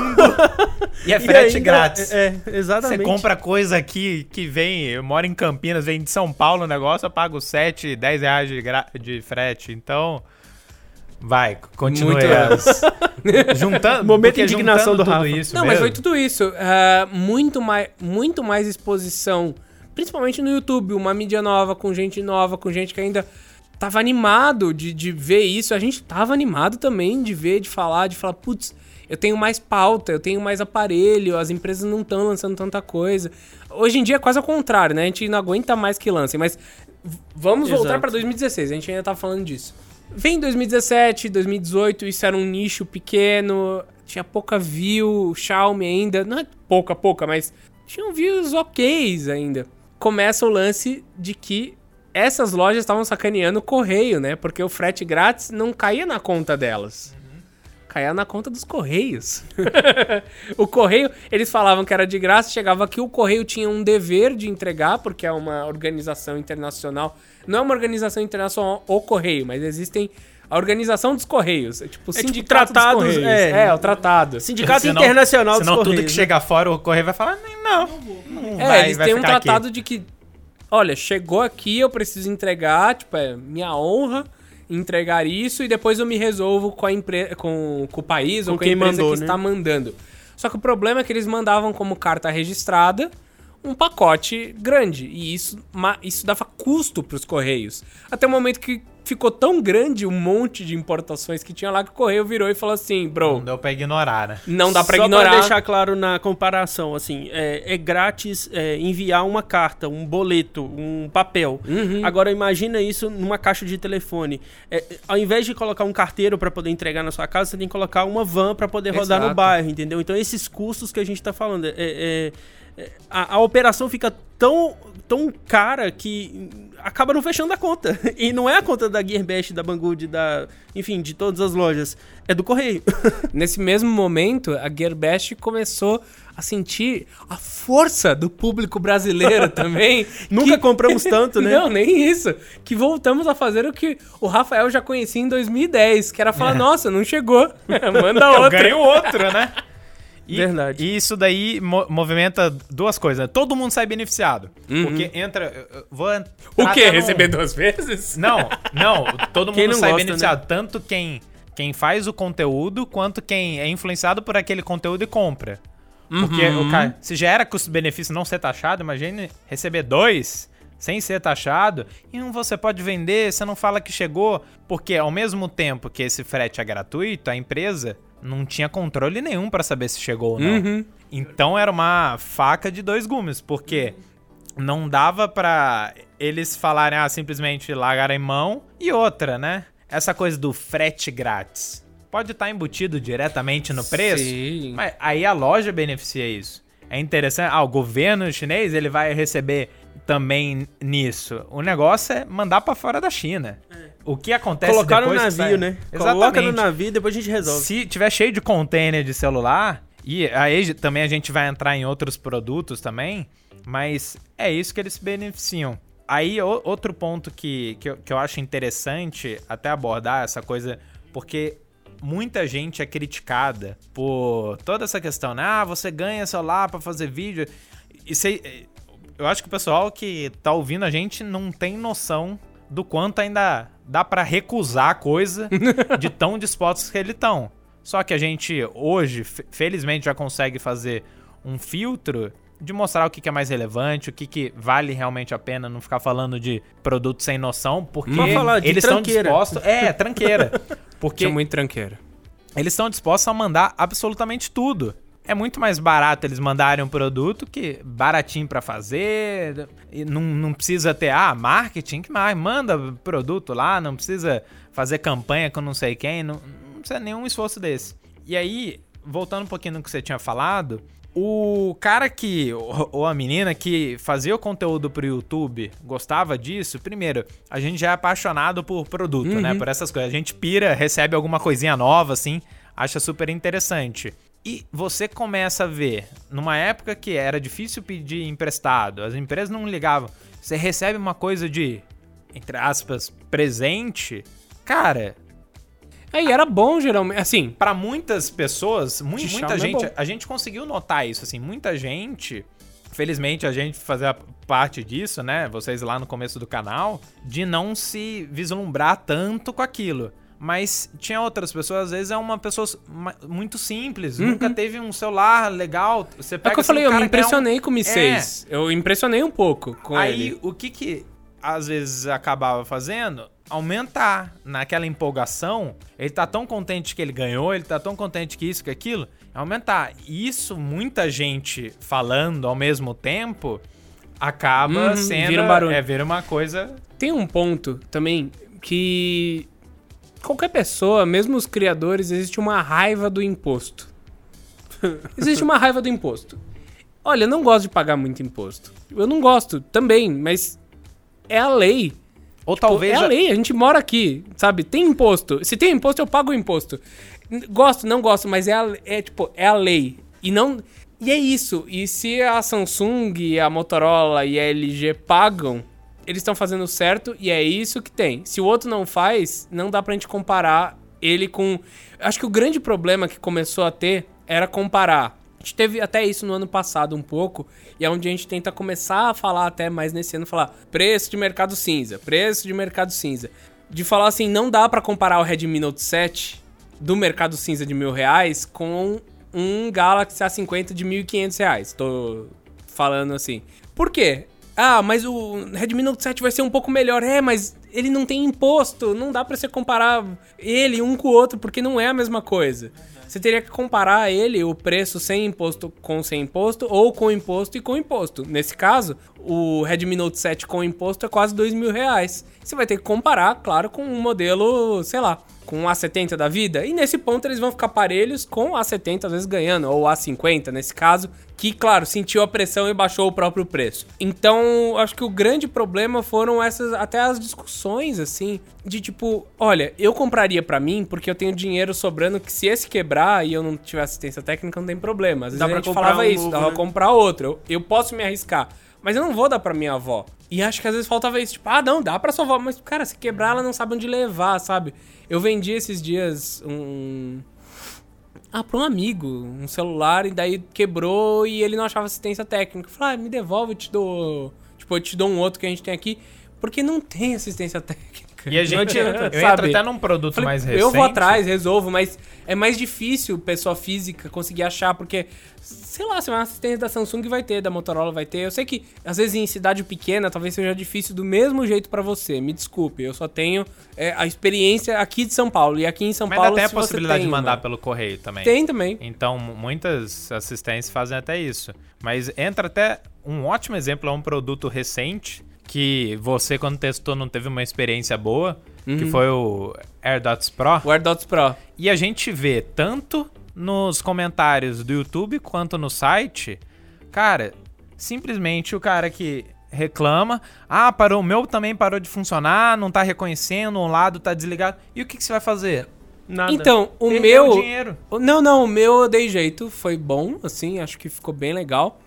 E é frete ainda, grátis. Exatamente. Você compra coisa aqui que vem... Eu moro em Campinas, vem de São Paulo o negócio, eu pago 7, 10 reais de frete. Então... Vai, continue. Juntando... Momento de indignação do Rafa. Isso não, mesmo. mas foi tudo isso. Muito mais exposição. Principalmente no YouTube. Uma mídia nova, com gente que ainda... Tava animado de ver isso. A gente tava animado também de ver, de falar, putz, eu tenho mais pauta, eu tenho mais aparelho, as empresas não estão lançando tanta coisa. Hoje em dia é quase ao contrário, né? A gente não aguenta mais que lancem, mas vamos voltar pra 2016, a gente ainda tá falando disso. Vem 2017, 2018, isso era um nicho pequeno, tinha pouca view, Xiaomi ainda, não é pouca, mas tinham views ok's ainda. Começa o lance de que essas lojas estavam sacaneando o correio, né? Porque o frete grátis não caía na conta delas. Caía na conta dos correios. O correio, eles falavam que era de graça, chegava aqui, o correio tinha um dever de entregar, porque é uma organização internacional. Não é uma organização internacional o correio, mas existem a organização dos correios. Tipo, o sindicato dos correios. É, o tratado. Sindicato Internacional dos Correios. Senão tudo que né? chega fora, o correio vai falar, não vai, eles têm um tratado aqui. de que... Olha, chegou aqui, eu preciso entregar, tipo, é minha honra entregar isso e depois eu me resolvo com a empresa, com o país ou com a empresa que está mandando. Só que o problema é que eles mandavam como carta registrada um pacote grande e isso dava custo para os correios. Até o momento que ficou tão grande um monte de importações que tinha lá que o correio virou e falou assim, bro... Não deu pra ignorar, né? Não dá pra ignorar. Só pra deixar claro na comparação, assim, é grátis enviar uma carta, um boleto, um papel. Uhum. Agora imagina isso numa caixa de telefone. Ao invés de colocar um carteiro pra poder entregar na sua casa, você tem que colocar uma van pra poder rodar no bairro, entendeu? Então esses custos que a gente tá falando, a operação fica tão cara que acaba não fechando a conta. E não é a conta da Gearbest, da Banggood, enfim, de todas as lojas. É do correio. Nesse mesmo momento, a Gearbest começou a sentir a força do público brasileiro também. Nunca compramos tanto, né? Não, nem isso. Que voltamos a fazer o que o Rafael já conhecia em 2010, que era falar, nossa, não chegou. Manda outra. Eu ganho outra, né? Verdade. E isso daí movimenta duas coisas. Todo mundo sai beneficiado. Porque entra... O quê? Receber 2 vezes? Não. Todo mundo sai gosta, beneficiado. Né? Tanto quem faz o conteúdo, quanto quem é influenciado por aquele conteúdo e compra. Porque o cara, se já era custo-benefício não ser taxado, imagine receber 2 sem ser taxado. E você pode vender, você não fala que chegou. Porque ao mesmo tempo que esse frete é gratuito, a empresa... não tinha controle nenhum pra saber se chegou ou não. Então era uma faca de 2 gumes, porque não dava pra eles falarem, simplesmente largar em mão. E outra, né? Essa coisa do frete grátis. Pode estar embutido diretamente no preço, Sim. Mas aí a loja beneficia isso. É interessante, o governo chinês ele vai receber também nisso. O negócio é mandar pra fora da China. O que acontece Colocar depois... no navio, né? Exatamente. Coloca no navio e depois a gente resolve. Se tiver cheio de container de celular, e aí também a gente vai entrar em outros produtos também, mas é isso que eles se beneficiam. Aí outro ponto que eu acho interessante até abordar essa coisa, porque muita gente é criticada por toda essa questão, né? Você ganha celular pra fazer vídeo. Eu acho que o pessoal que tá ouvindo a gente não tem noção do quanto ainda dá pra recusar coisa de tão dispostos que eles estão. Só que a gente hoje, felizmente, já consegue fazer um filtro de mostrar o que é mais relevante, o que vale realmente a pena, não ficar falando de produto sem noção, porque eles estão dispostos... tranqueira. Porque é muito tranqueira. Eles estão dispostos a mandar absolutamente tudo. É muito mais barato eles mandarem um produto que baratinho pra fazer, e não precisa ter, marketing, que mais? Manda produto lá, não precisa fazer campanha com não sei quem, não precisa nenhum esforço desse. E aí, voltando um pouquinho no que você tinha falado, o cara ou a menina que fazia o conteúdo pro YouTube gostava disso, primeiro, a gente já é apaixonado por produto, né? Por essas coisas. A gente pira, recebe alguma coisinha nova, assim, acha super interessante. E você começa a ver, numa época que era difícil pedir emprestado, as empresas não ligavam, você recebe uma coisa de, entre aspas, presente, cara... Aí era bom, geralmente, assim... Pra muitas pessoas, muita gente, é a gente conseguiu notar isso, assim, muita gente... Felizmente a gente fazia parte disso, né, vocês lá no começo do canal, de não se vislumbrar tanto com aquilo. Mas tinha outras pessoas, às vezes é uma pessoa muito simples, nunca teve um celular legal. Você pega, É o que eu falei, eu me impressionei com o Mi 6. É. Eu impressionei um pouco com ele. Aí, o que às vezes acabava fazendo? Aumentar naquela empolgação. Ele tá tão contente que ele ganhou, ele tá tão contente que isso, que aquilo. Aumentar. E isso, muita gente falando ao mesmo tempo, acaba sendo... Vira um barulho. Vira uma coisa... Tem um ponto também que... Qualquer pessoa, mesmo os criadores, existe uma raiva do imposto. Existe uma raiva do imposto. Olha, eu não gosto de pagar muito imposto. Eu não gosto também, mas é a lei. Ou talvez... É a lei, a gente mora aqui, sabe? Tem imposto. Se tem imposto, eu pago o imposto. Gosto, não gosto, mas é a lei. E é isso. E se a Samsung, a Motorola e a LG pagam... Eles estão fazendo certo e é isso que tem. Se o outro não faz, não dá pra gente comparar ele com... Acho que o grande problema que começou a ter era comparar. A gente teve até isso no ano passado um pouco, e é onde a gente tenta começar a falar até mais nesse ano, falar preço de mercado cinza, preço de mercado cinza. De falar assim, não dá pra comparar o Redmi Note 7 do mercado cinza de R$1.000 com um Galaxy A50 de R$1.500. Tô falando assim. Por quê? Ah, mas o Redmi Note 7 vai ser um pouco melhor. Mas ele não tem imposto. Não dá pra você comparar ele um com o outro, porque não é a mesma coisa. Você teria que comparar ele, o preço sem imposto com sem imposto, ou com imposto e com imposto. Nesse caso, o Redmi Note 7 com imposto é quase R$2.000. Você vai ter que comparar, claro, com um modelo, sei lá, com o A70 da vida. E nesse ponto eles vão ficar parelhos com o A70 às vezes ganhando, ou o A50 nesse caso, que, claro, sentiu a pressão e baixou o próprio preço. Então, acho que o grande problema foram essas, até as discussões, assim, de tipo, olha, eu compraria pra mim porque eu tenho dinheiro sobrando que se esse quebrar e eu não tiver assistência técnica, não tem problema. Às vezes a gente falava isso, dava pra comprar outro. Eu posso me arriscar, mas eu não vou dar pra minha avó. E acho que às vezes faltava isso, tipo, não, dá pra sua avó, mas, cara, se quebrar, ela não sabe onde levar, sabe? Eu vendi esses dias pra um amigo, um celular, e daí quebrou e ele não achava assistência técnica. Eu falei, me devolve, eu te dou... Tipo, eu te dou um outro que a gente tem aqui, porque não tem assistência técnica. E a gente, não adianta, eu entro até num produto mais recente. Eu vou atrás, resolvo, mas é mais difícil pessoa física conseguir achar, porque, sei lá, se é uma assistência da Samsung vai ter, da Motorola vai ter. Eu sei que, às vezes, em cidade pequena, talvez seja difícil do mesmo jeito pra você. Me desculpe, eu só tenho a experiência aqui de São Paulo. E aqui em São Paulo, ainda tem a possibilidade de mandar pelo correio também. Tem também. Então, muitas assistências fazem até isso. Mas entra até um ótimo exemplo, é um produto recente, que você, quando testou, não teve uma experiência boa, que foi o AirDots Pro. O AirDots Pro. E a gente vê tanto nos comentários do YouTube quanto no site, cara, simplesmente o cara que reclama, parou, o meu também parou de funcionar, não tá reconhecendo, um lado tá desligado. E o que você vai fazer? Nada. Então, o Perdeu meu... dinheiro. Não, o meu eu dei jeito, foi bom, assim, acho que ficou bem legal.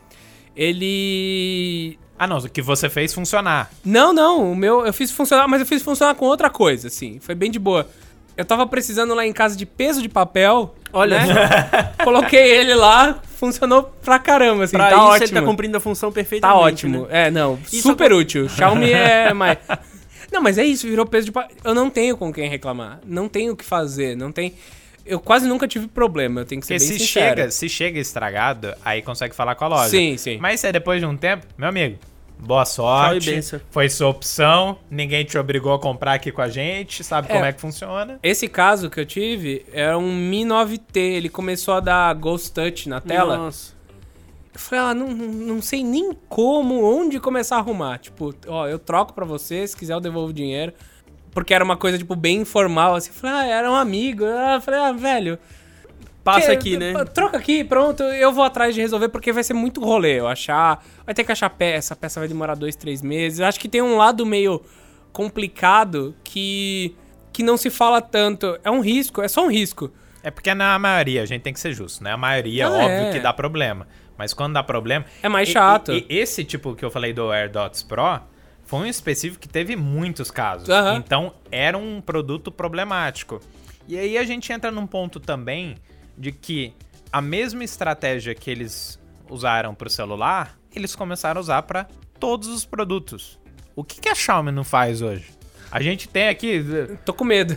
Ele... Não, o que você fez funcionar. Não, o meu eu fiz funcionar, mas eu fiz funcionar com outra coisa, assim. Foi bem de boa. Eu tava precisando lá em casa de peso de papel, olha, coloquei ele lá, funcionou pra caramba, assim, pra tá isso ótimo. Ele tá cumprindo a função perfeitamente. Tá ótimo, né? Super útil. Xiaomi é mais... Não, mas é isso, virou peso de papel. Eu não tenho com quem reclamar, não tenho o que fazer, não tem... Eu quase nunca tive problema, eu tenho que ser bem sincero. Se chega estragado, aí consegue falar com a loja. Sim. Mas se é depois de um tempo, meu amigo, boa sorte, foi sua opção, ninguém te obrigou a comprar aqui com a gente, sabe como é que funciona. Esse caso que eu tive era um Mi 9T, ele começou a dar Ghost Touch na tela. Nossa. Eu falei, não sei nem onde começar a arrumar. Tipo, eu troco pra você, se quiser eu devolvo o dinheiro. porque era uma coisa, tipo, bem informal, assim. Eu falei, era um amigo. Eu falei, velho... Passa aqui, né? Troca aqui, pronto, eu vou atrás de resolver, porque vai ser muito rolê eu achar. Vai ter que achar peça, a peça vai demorar 2, 3 meses. Eu acho que tem um lado meio complicado que não se fala tanto. É um risco, é só um risco. É porque na maioria, a gente tem que ser justo, né? A maioria, óbvio que dá problema. Mas quando dá problema... É mais chato. E esse tipo que eu falei do AirDots Pro foi um específico que teve muitos casos. Então, era um produto problemático. E aí a gente entra num ponto também... de que a mesma estratégia que eles usaram para o celular, eles começaram a usar para todos os produtos. O que a Xiaomi não faz hoje? A gente tem aqui... Tô com medo.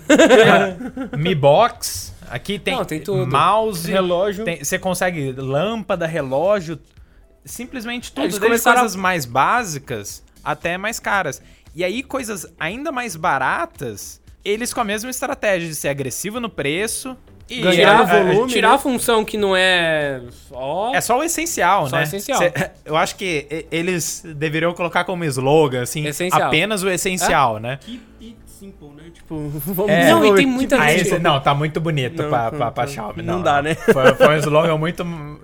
Mi Box, aqui tem, tem tudo. Mouse, relógio. Você consegue lâmpada, relógio, simplesmente tudo. Eles Desde começaram coisas mais básicas até mais caras. E aí coisas ainda mais baratas, eles com a mesma estratégia de ser agressivo no preço... E ganhar no volume, tirar a função que não é só... É só o essencial, só né? o essencial. Eu acho que eles deveriam colocar como slogan, assim, essencial. Apenas o essencial, né? Keep it simple, né? Tipo, vamos Não, e tem muita gente... Não, tá muito bonito Não, pra Xiaomi. não dá, né? Foi um slogan muito...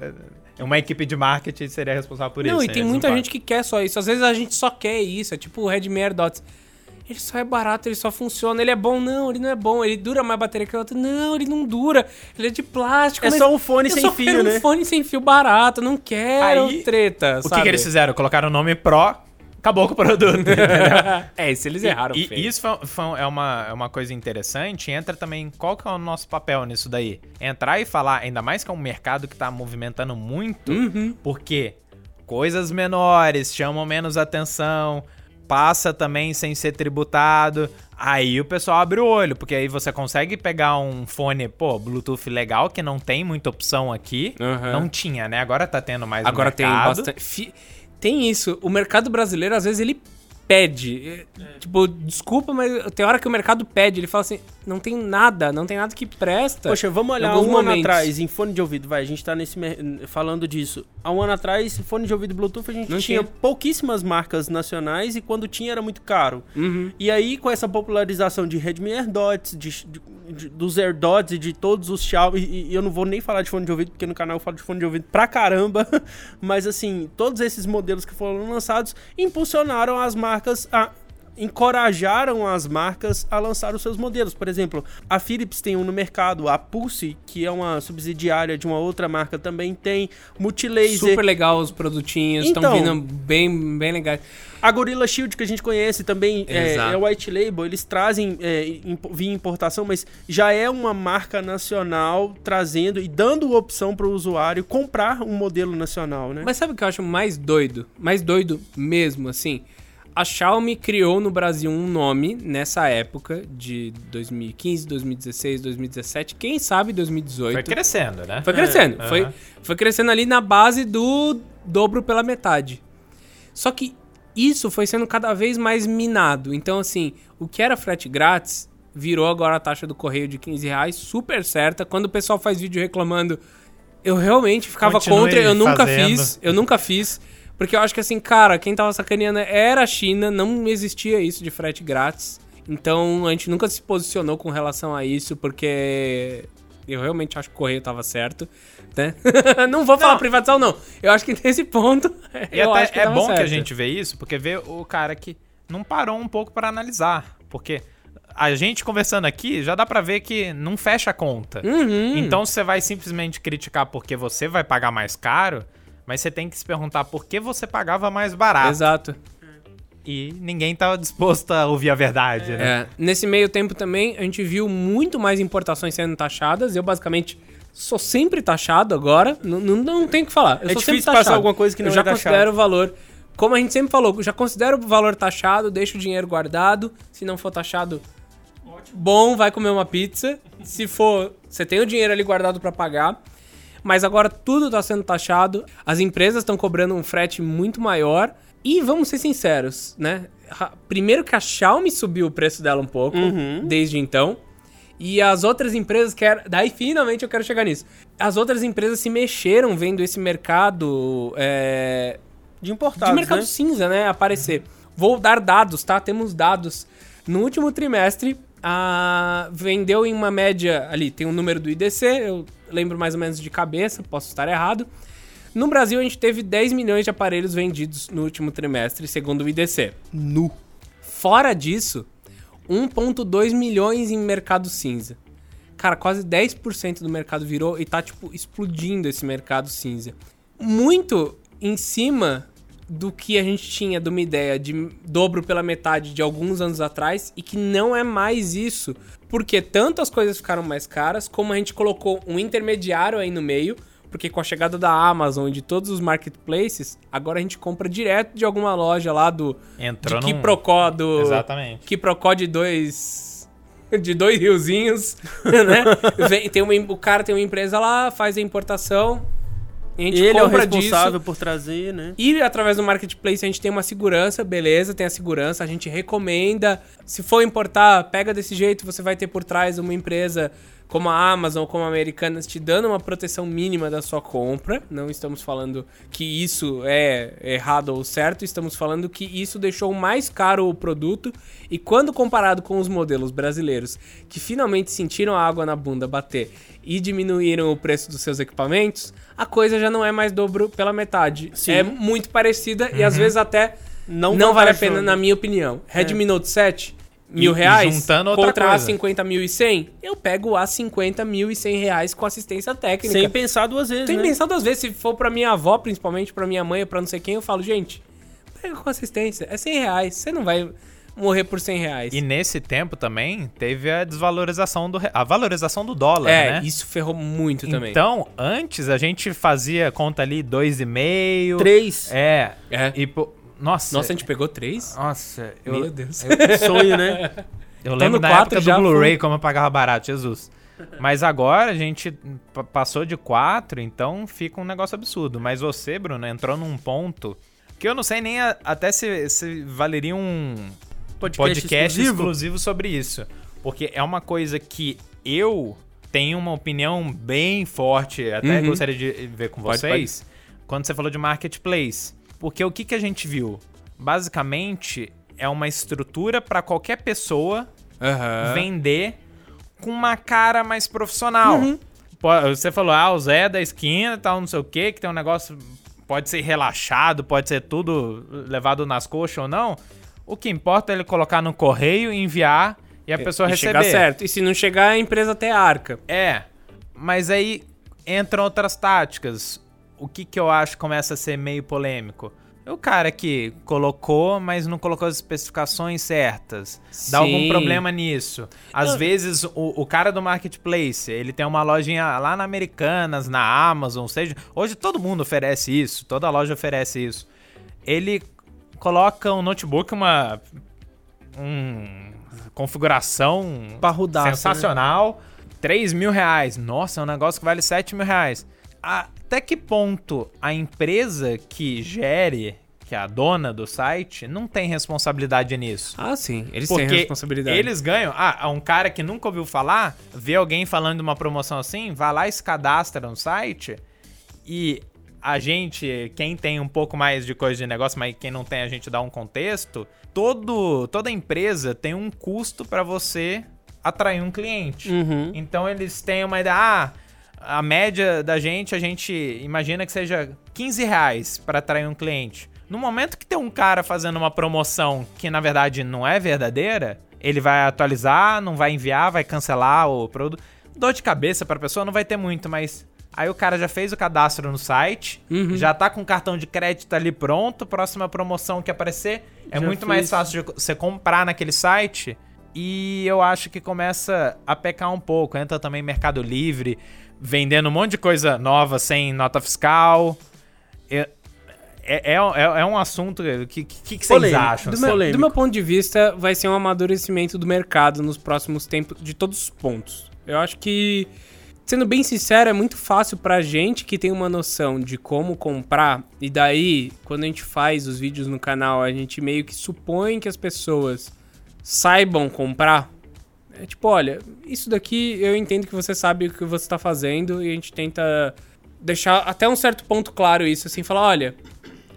Uma equipe de marketing seria responsável por isso. Não, e tem muita gente que quer só isso. Às vezes a gente só quer isso. É tipo o Redmi AirDots. Ele só é barato, ele só funciona. Ele é bom? Não, ele não é bom. Ele dura mais bateria que o outro? Não, ele não dura. Ele é de plástico. É só um fone sem fio, né? Um fone sem fio barato. Não quero Aí, treta, O que eles fizeram? Colocaram o nome Pro, acabou com o produto, entendeu? Isso eles erraram, E feio. isso é uma coisa interessante. Entra também, qual que é o nosso papel nisso daí? Entrar e falar, ainda mais que é um mercado que tá movimentando muito, porque coisas menores chamam menos atenção, passa também sem ser tributado. Aí o pessoal abre o olho, porque aí você consegue pegar um fone, Bluetooth legal, que não tem muita opção aqui. Não tinha, né? Agora tá tendo mais Agora no mercado. tem bastante. Tem isso. O mercado brasileiro, às vezes, ele pede. Tipo, desculpa, mas tem hora que o mercado pede. Ele fala assim, não tem nada que presta. Poxa, vamos olhar alguns um ano momentos. atrás em fone de ouvido, a gente tá falando disso. Há um ano atrás, fone de ouvido Bluetooth, a gente Não tinha tinha. pouquíssimas marcas nacionais e quando tinha era muito caro. E aí, com essa popularização de Redmi AirDots, dos AirDots e de todos os Xiaomi, e eu não vou nem falar de fone de ouvido, porque no canal eu falo de fone de ouvido pra caramba, mas assim, todos esses modelos que foram lançados impulsionaram as marcas encorajaram as marcas a lançar os seus modelos. Por exemplo, a Philips tem um no mercado, a Pulse, que é uma subsidiária de uma outra marca, também tem. Multilaser. Super legal os produtinhos, estão vindo bem legais. A Gorilla Shield, que a gente conhece também, é white label, eles trazem via importação, mas já é uma marca nacional trazendo e dando opção para o usuário comprar um modelo nacional, né? Mas sabe o que eu acho mais doido? Mais doido mesmo, assim? A Xiaomi criou no Brasil um nome nessa época de 2015, 2016, 2017, quem sabe 2018. Foi crescendo, né? Foi crescendo. Foi crescendo ali na base do dobro pela metade. Só que isso foi sendo cada vez mais minado. Então, assim, o que era frete grátis virou agora a taxa do correio de R$15, super certa. Quando o pessoal faz vídeo reclamando, eu realmente ficava contra, eu nunca fiz. Porque eu acho que assim, cara, quem tava sacaneando era a China, não existia isso de frete grátis. Então a gente nunca se posicionou com relação a isso, porque eu realmente acho que o correio tava certo, né? Não vou falar privatização, não. Eu acho que nesse ponto, eu acho que é tava bom certo. que a gente vê isso, porque vê o cara que não parou um pouco pra analisar. Porque a gente conversando aqui, já dá pra ver que não fecha a conta. Então você vai simplesmente criticar porque você vai pagar mais caro, mas você tem que se perguntar por que você pagava mais barato. Exato. E ninguém tava disposto a ouvir a verdade, né? Nesse meio tempo também, a gente viu muito mais importações sendo taxadas. Eu, basicamente, sou sempre taxado agora. Não tenho o que falar. Eu sou difícil sempre taxado. passar alguma coisa que não eu já é taxado. considero o valor... Como a gente sempre falou, já considero o valor taxado, deixo o dinheiro guardado. Se não for taxado, bom, vai comer uma pizza. Se for, você tem o dinheiro ali guardado pra pagar. Mas agora tudo tá sendo taxado. As empresas estão cobrando um frete muito maior. E vamos ser sinceros, né? Primeiro que a Xiaomi subiu o preço dela um pouco, desde então. E as outras empresas querem... Daí, finalmente, eu quero chegar nisso. As outras empresas se mexeram vendo esse mercado... de importados, de mercado né? cinza, né? Aparecer. Vou dar dados, tá? Temos dados. No último trimestre, vendeu em uma média... Ali, tem um número do IDC, eu lembro mais ou menos de cabeça, posso estar errado. No Brasil, a gente teve 10 milhões de aparelhos vendidos no último trimestre, segundo o IDC. Fora disso, 1,2 milhões em mercado cinza. Cara, quase 10% do mercado virou e tá, tipo, explodindo esse mercado cinza. Muito em cima do que a gente tinha de uma ideia de dobro pela metade de alguns anos atrás e que não é mais isso. Porque tanto as coisas ficaram mais caras, como a gente colocou um intermediário aí no meio, porque com a chegada da Amazon e de todos os marketplaces, agora a gente compra direto de alguma loja lá do... Entrou de Quiprocó, Exatamente. Quiprocó de dois riozinhos, né? O cara tem uma empresa lá, faz a importação, a gente Ele compra é o responsável disso, por trazer, né? e através do marketplace a gente tem uma segurança, beleza, tem a segurança, a gente recomenda, se for importar, pega desse jeito, você vai ter por trás uma empresa como a Amazon, como a Americanas, te dando uma proteção mínima da sua compra. Não estamos falando que isso é errado ou certo, estamos falando que isso deixou mais caro o produto. E quando comparado com os modelos brasileiros, que finalmente sentiram a água na bunda bater e diminuíram o preço dos seus equipamentos, a coisa já não é mais dobro pela metade. Sim. É muito parecida e às vezes até não vale a pena, na minha opinião. Redmi Note 7... R$1.000 juntando outra contra coisa. A50.100, eu pego a R$50.100 com assistência técnica. Sem pensar duas vezes, Sem né? pensar duas vezes. Se for pra minha avó, principalmente pra minha mãe ou pra não sei quem, eu falo, gente, pega com assistência. É R$100. Você não vai morrer por R$100. E nesse tempo também teve a desvalorização a valorização do dólar, né? Isso ferrou muito também. Então, antes a gente fazia conta ali 2,5. 3. E, pô, Nossa, a gente pegou 3? Nossa, Meu Deus. Que sonho, né? Eu lembro no da 4 época já do Blu-ray foi. como eu pagava barato, Jesus. Mas agora a gente passou de 4, então fica um negócio absurdo. Mas você, Bruno, entrou num ponto que eu não sei nem até se valeria um podcast exclusivo sobre isso. Porque é uma coisa que eu tenho uma opinião bem forte, até gostaria de ver com vocês, quando você falou de marketplace. Porque o que a gente viu? Basicamente, é uma estrutura para qualquer pessoa vender com uma cara mais profissional. Você falou, o Zé da esquina, tal, não sei o quê, que tem um negócio, pode ser relaxado, pode ser tudo levado nas coxas ou não. O que importa é ele colocar no correio, enviar e a pessoa receber. Chegar certo. E se não chegar, a empresa até arca. Mas aí entram outras táticas. O que eu acho que começa a ser meio polêmico? É o cara que colocou, mas não colocou as especificações certas. Dá algum problema nisso. Às vezes, o cara do marketplace, ele tem uma lojinha lá na Americanas, na Amazon, seja... Hoje todo mundo oferece isso, toda loja oferece isso. Ele coloca um notebook, uma configuração Parrudaça, sensacional, né? R$3.000. Nossa, é um negócio que vale R$7.000. Até que ponto a empresa que gere, que é a dona do site, não tem responsabilidade nisso? Sim, eles Porque têm responsabilidade. Eles ganham. Um cara que nunca ouviu falar, vê alguém falando de uma promoção assim, vai lá e se cadastra no site e a gente, quem tem um pouco mais de coisa de negócio, mas quem não tem, a gente dá um contexto, toda empresa tem um custo para você atrair um cliente. Então eles têm uma ideia, a média da gente, a gente imagina que seja R$15 para atrair um cliente. No momento que tem um cara fazendo uma promoção que na verdade não é verdadeira, ele vai atualizar, não vai enviar, vai cancelar o produto. Dor de cabeça para a pessoa não vai ter muito, mas aí o cara já fez o cadastro no site, já tá com o cartão de crédito ali pronto, próxima promoção que aparecer, é muito mais fácil de você comprar naquele site. E eu acho que começa a pecar um pouco. Entra também Mercado Livre, vendendo um monte de coisa nova sem nota fiscal. É um assunto... O que vocês acham? Do meu ponto de vista, vai ser um amadurecimento do mercado nos próximos tempos, de todos os pontos. Eu acho que, sendo bem sincero, é muito fácil pra gente que tem uma noção de como comprar. E daí, quando a gente faz os vídeos no canal, a gente meio que supõe que as pessoas saibam comprar. É tipo, olha, isso daqui eu entendo que você sabe o que você tá fazendo e a gente tenta deixar até um certo ponto claro isso, assim, falar, olha,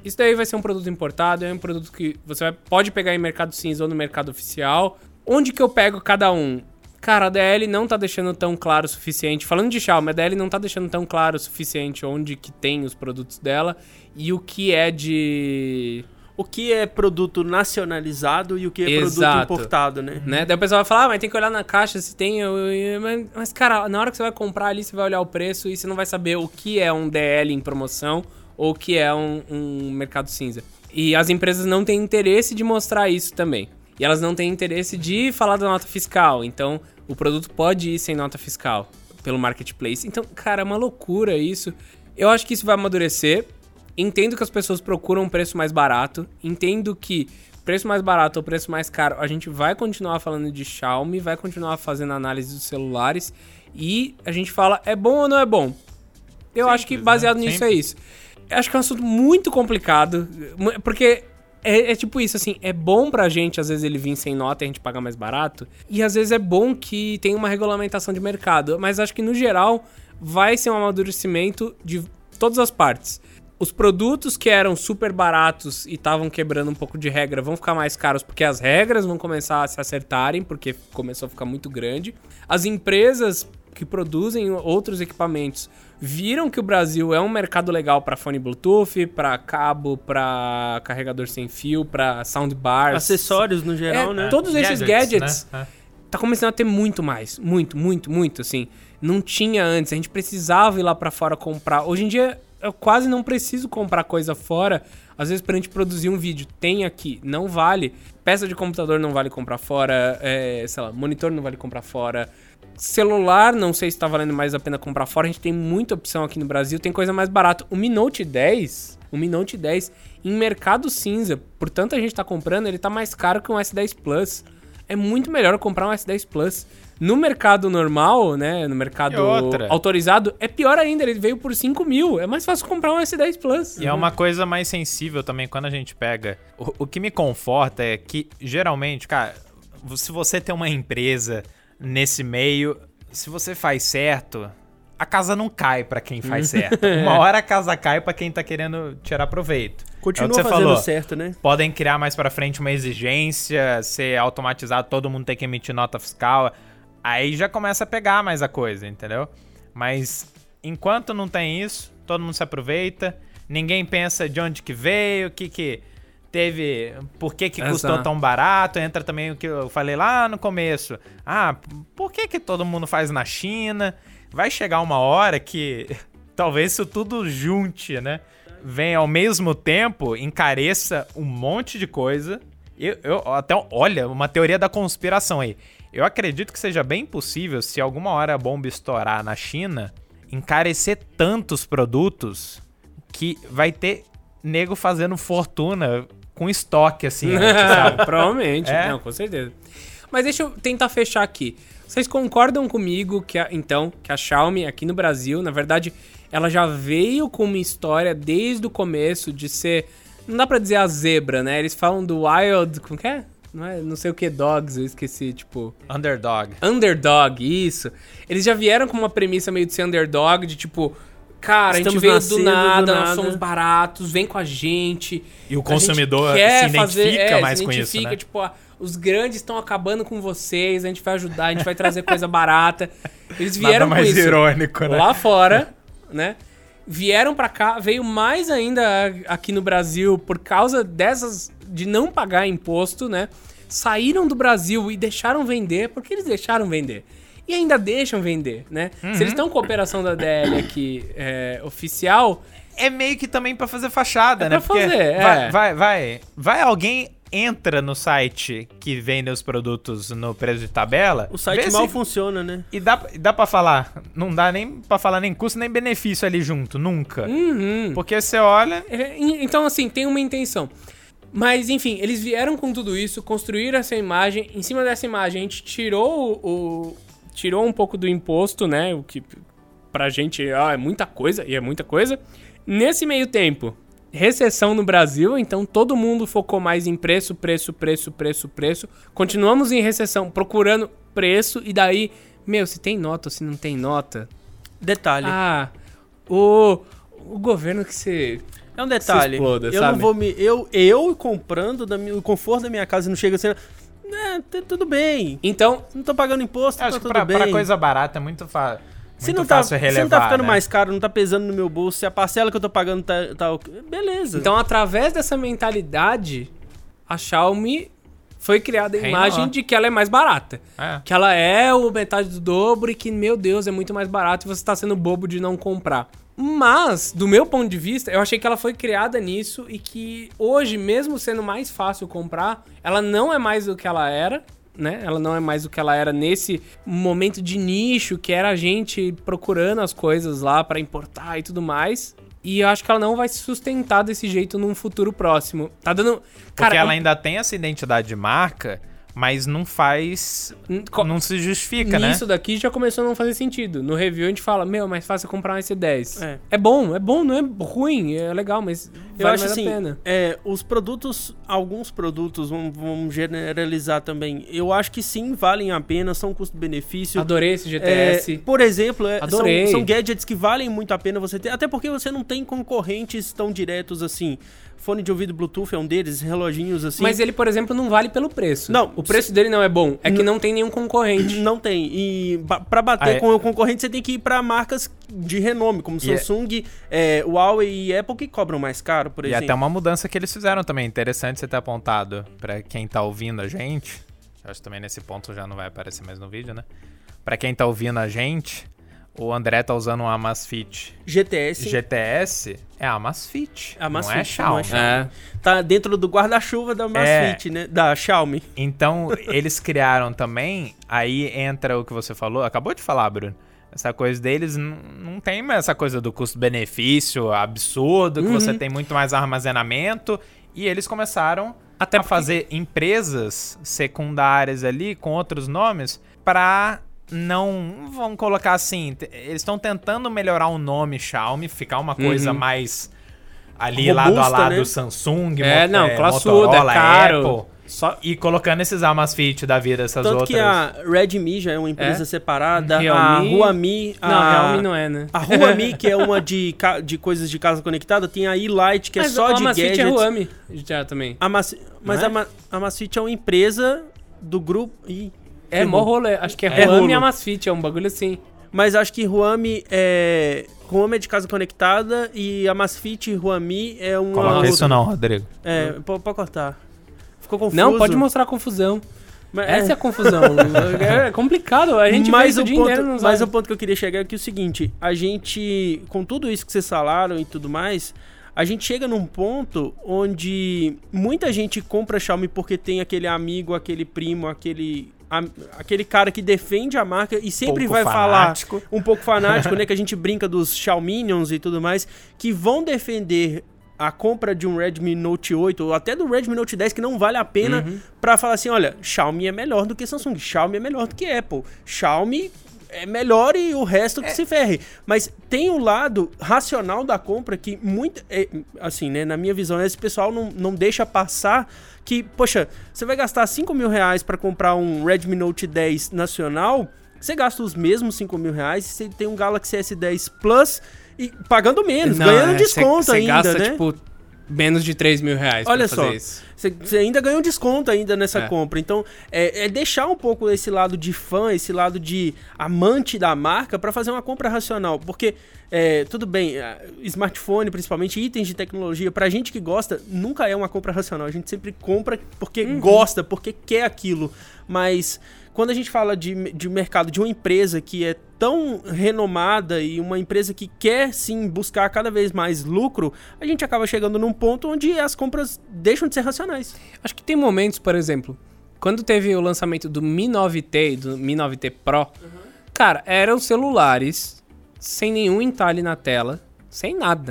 Isso daí vai ser um produto importado, é um produto que você pode pegar em mercado cinza ou no mercado oficial. Onde que eu pego cada um? Cara, a DL não tá deixando tão claro o suficiente. Falando de Xiaomi, a DL não tá deixando tão claro o suficiente onde que tem os produtos dela e o que é de... O que é produto nacionalizado e o que é produto importado, né? Daí o pessoal vai falar, mas tem que olhar na caixa se tem... Mas, cara, na hora que você vai comprar ali, você vai olhar o preço e você não vai saber o que é um DL em promoção ou o que é um mercado cinza. E as empresas não têm interesse de mostrar isso também. E elas não têm interesse de falar da nota fiscal. Então, o produto pode ir sem nota fiscal pelo marketplace. Então, cara, é uma loucura isso. Eu acho que isso vai amadurecer. Entendo que as pessoas procuram um preço mais barato. Entendo que preço mais barato ou preço mais caro, a gente vai continuar falando de Xiaomi, vai continuar fazendo análise dos celulares. E a gente fala, é bom ou não é bom? Eu acho que baseado nisso é isso. Eu acho que é um assunto muito complicado. Porque... É tipo isso, assim, é bom pra gente, às vezes, ele vir sem nota e a gente pagar mais barato. E às vezes é bom que tenha uma regulamentação de mercado. Mas acho que, no geral, vai ser um amadurecimento de todas as partes. Os produtos que eram super baratos e estavam quebrando um pouco de regra vão ficar mais caros porque as regras vão começar a se acertarem, porque começou a ficar muito grande. As empresas que produzem outros equipamentos viram que o Brasil é um mercado legal para fone Bluetooth, para cabo, para carregador sem fio, para soundbars. Acessórios no geral, né? Todos esses gadgets, né? Tá começando a ter muito mais. Muito, assim. Não tinha antes, a gente precisava ir lá para fora comprar. Hoje em dia, eu quase não preciso comprar coisa fora. Às vezes, pra gente produzir um vídeo, tem aqui, não vale. Peça de computador não vale comprar fora, sei lá, monitor não vale comprar fora. Celular, não sei se tá valendo mais a pena comprar fora. A gente tem muita opção aqui no Brasil, tem coisa mais barata. O Mi Note 10, em mercado cinza, por tanta gente tá comprando, ele tá mais caro que um S10 Plus. É muito melhor comprar um S10 Plus. No mercado normal, né, no mercado autorizado, é pior ainda, ele veio por 5 mil. É mais fácil comprar um S10 Plus. E é uma coisa mais sensível também quando a gente pega. O que me conforta é que, geralmente, cara, se você tem uma empresa nesse meio, se você faz certo, a casa não cai pra quem faz certo. Uma hora a casa cai pra quem tá querendo tirar proveito. Continua fazendo certo, né? Podem criar mais pra frente uma exigência, ser automatizado, todo mundo tem que emitir nota fiscal. Aí já começa a pegar mais a coisa, entendeu? Mas enquanto não tem isso, todo mundo se aproveita, ninguém pensa de onde que veio, o que teve, por que custou tão barato. Entra também o que eu falei lá no começo. Por que todo mundo faz na China? Vai chegar uma hora que talvez isso tudo junte, né? Venha ao mesmo tempo, encareça um monte de coisa. Olha, uma teoria da conspiração aí. Eu acredito que seja bem possível, se alguma hora a bomba estourar na China, encarecer tantos produtos que vai ter nego fazendo fortuna com estoque, assim. Sabe? Provavelmente, não, com certeza. Mas deixa eu tentar fechar aqui. Vocês concordam comigo que a Xiaomi aqui no Brasil, na verdade, ela já veio com uma história desde o começo de ser... Não dá pra dizer a zebra, né? Eles falam do Wild... Como que é? Não sei o que, Dogs, eu esqueci, tipo... Underdog, isso. Eles já vieram com uma premissa meio de ser underdog, de tipo... Cara, Estamos a gente veio do nada, nós somos baratos, vem com a gente. E o consumidor se identifica mais com isso, né? Tipo, os grandes estão acabando com vocês, a gente vai ajudar, a gente vai trazer coisa barata. Eles vieram nada mais com isso irônico, né? Lá fora, né? Vieram pra cá, veio mais ainda aqui no Brasil por causa dessas... de não pagar imposto, né? Saíram do Brasil e deixaram vender. Por que eles deixaram vender? E ainda deixam vender, né? Se eles estão com a operação da DL aqui oficial... É meio que também pra fazer fachada, né? Pra fazer, Vai alguém... Entra no site que vende os produtos no preço de tabela. O site mal funciona, né? E dá pra falar. Não dá nem pra falar nem custo nem benefício ali junto. Nunca. Porque você olha... Então, assim, tem uma intenção. Mas, enfim, eles vieram com tudo isso, construíram essa imagem. Em cima dessa imagem, a gente tirou um pouco do imposto, né? O que pra gente é muita coisa, e é muita coisa. Nesse meio tempo... Recessão no Brasil, então todo mundo focou mais em preço. Continuamos em recessão, procurando preço, e daí, se tem nota ou se não tem nota. Detalhe. O governo que você... É um detalhe. exploda, eu sabe? não vou me. Eu comprando o conforto da minha casa e não chega assim. Tudo bem. Então, Não tô pagando imposto, Eu tá acho que tudo bem. pra coisa barata é muito fácil. Se Muito não, tá, fácil se relevar, não tá ficando né? mais caro, não tá pesando no meu bolso, se a parcela que eu tô pagando tá beleza. então, através dessa mentalidade, a Xiaomi foi criada a Reinou. imagem de que ela é mais barata. É. Que ela é o metade do dobro e que, meu Deus, é muito mais barato e você tá sendo bobo de não comprar. Mas, do meu ponto de vista, eu achei que ela foi criada nisso e que hoje, mesmo sendo mais fácil comprar, ela não é mais o que ela era, né? Ela não é mais o que ela era nesse momento de nicho, que era a gente procurando as coisas lá pra importar e tudo mais. E eu acho que ela não vai se sustentar desse jeito num futuro próximo. Tá dando... Porque ela ainda tem essa identidade de marca, mas não faz... Não se justifica, né? Nisso daqui já começou a não fazer sentido. No review a gente fala, meu, mais fácil comprar um S10. É. É bom, não é ruim, é legal, mas Eu vale acho mais assim, a pena. os produtos, alguns produtos, vamos generalizar também, eu acho que sim, valem a pena, são custo-benefício. Adorei esse GTS. Por exemplo, Adorei. são gadgets que valem muito a pena você ter, até porque você não tem concorrentes tão diretos assim. Fone de ouvido Bluetooth é um deles, reloginhos assim. Mas ele, por exemplo, não vale pelo preço. Não, o preço dele não é bom, é que não tem nenhum concorrente. Não tem. E pra bater Ah, é. com o concorrente, você tem que ir pra marcas de renome, como Samsung, Huawei e Apple, que cobram mais caro, por E exemplo. até uma mudança que eles fizeram também. Interessante você ter apontado pra quem tá ouvindo a gente. Eu acho que também nesse ponto já não vai aparecer mais no vídeo, né? Pra quem tá ouvindo a gente, o André tá usando um Amazfit GTS. É Amazfit, não é Amazfit, Xiaomi. não é Xiaomi. Tá dentro do guarda-chuva da Amazfit, né? Da Xiaomi. Então, eles criaram também, aí entra o que você falou, acabou de falar, Bruno. Essa coisa deles não tem essa coisa do custo-benefício absurdo, que você tem muito mais armazenamento. E eles começaram Até a fazer empresas secundárias ali, com outros nomes, pra não... Vamos colocar assim, eles estão tentando melhorar o nome Xiaomi, ficar uma coisa mais ali Robusta, lado a lado né? Samsung, classuda, Motorola, caro. Apple. E colocando esses Amazfit da vida, essas Tanto outras. que a Redmi já é uma empresa separada, Realme- a Huami... Não, Realme não é, né? A Huami, que é uma de coisas de casa conectada, tem a Elite, que é só de gadgets. é Huami já também. Mas Não é? a Amazfit é uma empresa do grupo... Ih, É, ferrou. mó rolê. Acho que é É Huami rolo. e Amazfit, é um bagulho assim. Mas acho que Huami é de casa conectada e Amazfit e Huami é uma... Coloca isso não, Rodrigo. Pode cortar. Ficou confuso. Não, pode mostrar a confusão. Mas, Essa é a confusão. É complicado, a gente vê mas isso o o dia ponto, inteiro. Não mas sabe. o ponto que eu queria chegar é que é o seguinte, a gente, com tudo isso que vocês falaram e tudo mais, a gente chega num ponto onde muita gente compra Xiaomi porque tem aquele amigo, aquele primo, aquele cara que defende a marca e sempre Pouco vai fanático. falar, um pouco fanático, né, que a gente brinca dos Xiaominions e tudo mais, que vão defender a compra de um Redmi Note 8 ou até do Redmi Note 10 que não vale a pena pra falar assim, olha, Xiaomi é melhor do que Samsung, Xiaomi é melhor do que Apple, Xiaomi é melhor e o resto que se ferre. Mas tem o lado racional da compra que muito... assim, né, na minha visão, esse pessoal não deixa passar que, poxa, você vai gastar 5 mil reais pra comprar um Redmi Note 10 nacional, você gasta os mesmos 5 mil reais, você tem um Galaxy S10 Plus e pagando menos, ganhando desconto ainda, gasta, né? tipo, menos de 3 mil reais Olha pra fazer só, isso. você ainda ganha um desconto ainda nessa É. compra. Então, é deixar um pouco esse lado de fã, esse lado de amante da marca pra fazer uma compra racional. Porque, tudo bem, smartphone, principalmente itens de tecnologia, pra gente que gosta, nunca é uma compra racional. A gente sempre compra porque gosta, porque quer aquilo. Mas quando a gente fala de mercado, de uma empresa que é tão renomada e uma empresa que quer sim buscar cada vez mais lucro, a gente acaba chegando num ponto onde as compras deixam de ser racionais. Acho que tem momentos, por exemplo, quando teve o lançamento do Mi 9T e do Mi 9T Pro, cara, eram celulares sem nenhum entalhe na tela, sem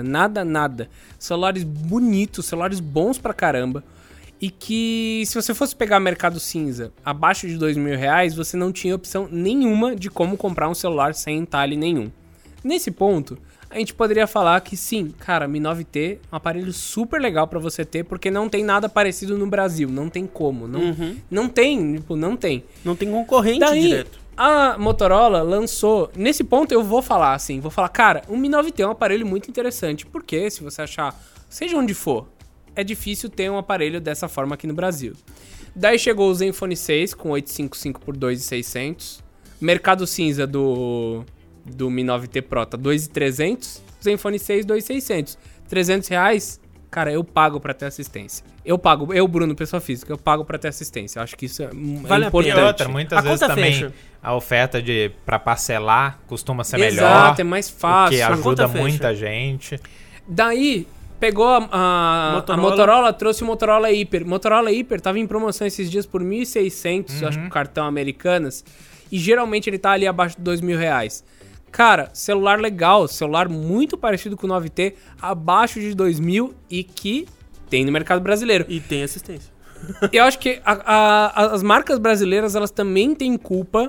nada. Celulares bonitos, celulares bons pra caramba. E que se você fosse pegar mercado cinza abaixo de 2 mil reais, você não tinha opção nenhuma de como comprar um celular sem entalhe nenhum. Nesse ponto, a gente poderia falar que sim, cara, Mi 9T é um aparelho super legal pra você ter, porque não tem nada parecido no Brasil, não tem como, não tem, tipo, não tem. Não tem concorrente Daí, direto. a Motorola lançou... Nesse ponto eu vou falar assim, cara, o Mi 9T é um aparelho muito interessante, porque se você achar seja onde for, é difícil ter um aparelho dessa forma aqui no Brasil. Daí chegou o Zenfone 6 com 855 por 2.600. Mercado cinza do Mi 9T Pro tá 2.300. Zenfone 6, 2.600. R$300, cara, eu pago pra ter assistência. Eu, Bruno, pessoa física, eu pago pra ter assistência. Eu acho que isso é importante. E outra, muitas vezes também fecha. a oferta pra parcelar costuma ser melhor. Exato, é mais fácil. Que ajuda muita gente. Daí, pegou a Motorola, trouxe o Motorola Hyper. Motorola Hyper tava em promoção esses dias por 1.600, acho que o cartão Americanas. E geralmente ele tá ali abaixo de R$2.000. Cara, celular legal, celular muito parecido com o 9T, abaixo de 2.000 e que tem no mercado brasileiro. E tem assistência. Eu acho que as marcas brasileiras, elas também têm culpa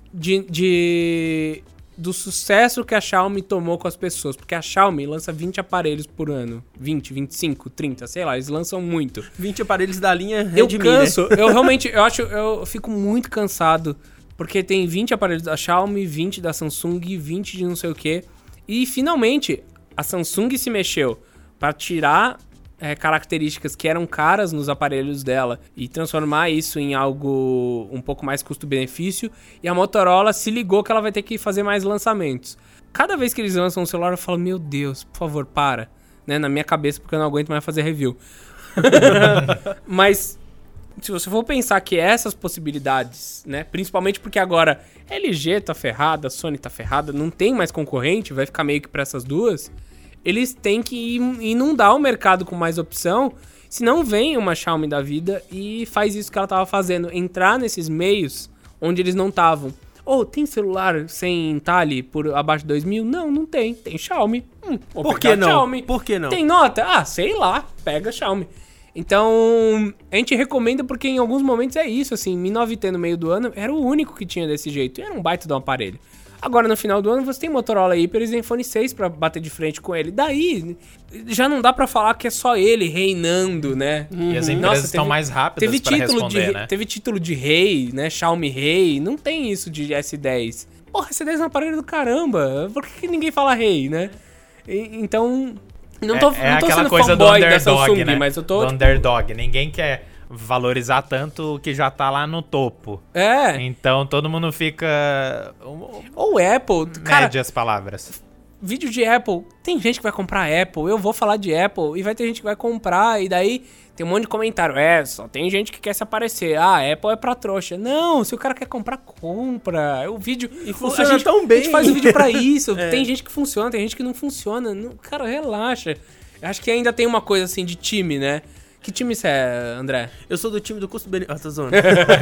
do sucesso que a Xiaomi tomou com as pessoas. Porque a Xiaomi lança 20 aparelhos por ano. 20, 25, 30, sei lá, eles lançam muito. 20 aparelhos da linha Eu Redmi, canso, né? eu fico muito cansado. Porque tem 20 aparelhos da Xiaomi, 20 da Samsung, 20 de não sei o quê. E finalmente, a Samsung se mexeu para tirar características que eram caras nos aparelhos dela e transformar isso em algo um pouco mais custo-benefício. E a Motorola se ligou que ela vai ter que fazer mais lançamentos. Cada vez que eles lançam um celular, eu falo, meu Deus, por favor, para. Né? Na minha cabeça, porque eu não aguento mais fazer review. Mas se você for pensar que essas possibilidades, né, principalmente porque agora LG tá ferrada, Sony tá ferrada, não tem mais concorrente, vai ficar meio que pra essas duas, eles têm que inundar o mercado com mais opção, senão vem uma Xiaomi da vida e faz isso que ela tava fazendo, entrar nesses meios onde eles não estavam. Tem celular sem entalhe por abaixo de 2.000? Não, não tem. Tem Xiaomi. Por que não? Xiaomi. Por que não? Tem nota? Sei lá. Pega Xiaomi. Então, a gente recomenda porque em alguns momentos é isso, assim, Mi 9T no meio do ano era o único que tinha desse jeito, e era um baita de um aparelho. Agora, no final do ano, você tem Motorola Hyper e Zenfone 6 pra bater de frente com ele. Daí, já não dá pra falar que é só ele reinando, né? E as empresas estão mais rápidas pra responder, né? Teve título de rei, né? Xiaomi rei, não tem isso de S10. Porra, S10 é um aparelho do caramba, por que ninguém fala rei, né? Então... Não tô aquela sendo coisa do fanboy da underdog, Samsung, né? mas eu tô... Do underdog. Ninguém quer valorizar tanto o que já tá lá no topo. Então todo mundo fica... Ou Apple... Cara, mede as palavras. Vídeo de Apple. Tem gente que vai comprar Apple. Eu vou falar de Apple. E vai ter gente que vai comprar. E daí tem um monte de comentário. Só tem gente que quer se aparecer. Apple é pra trouxa. Não, se o cara quer comprar, compra. O vídeo... E funciona tão bem. A gente faz o vídeo pra isso. Tem gente que funciona, tem gente que não funciona. Cara, relaxa. Eu acho que ainda tem uma coisa assim de time, né? Que time você é, André? Eu sou do time do custo-benefício. Tô zoando.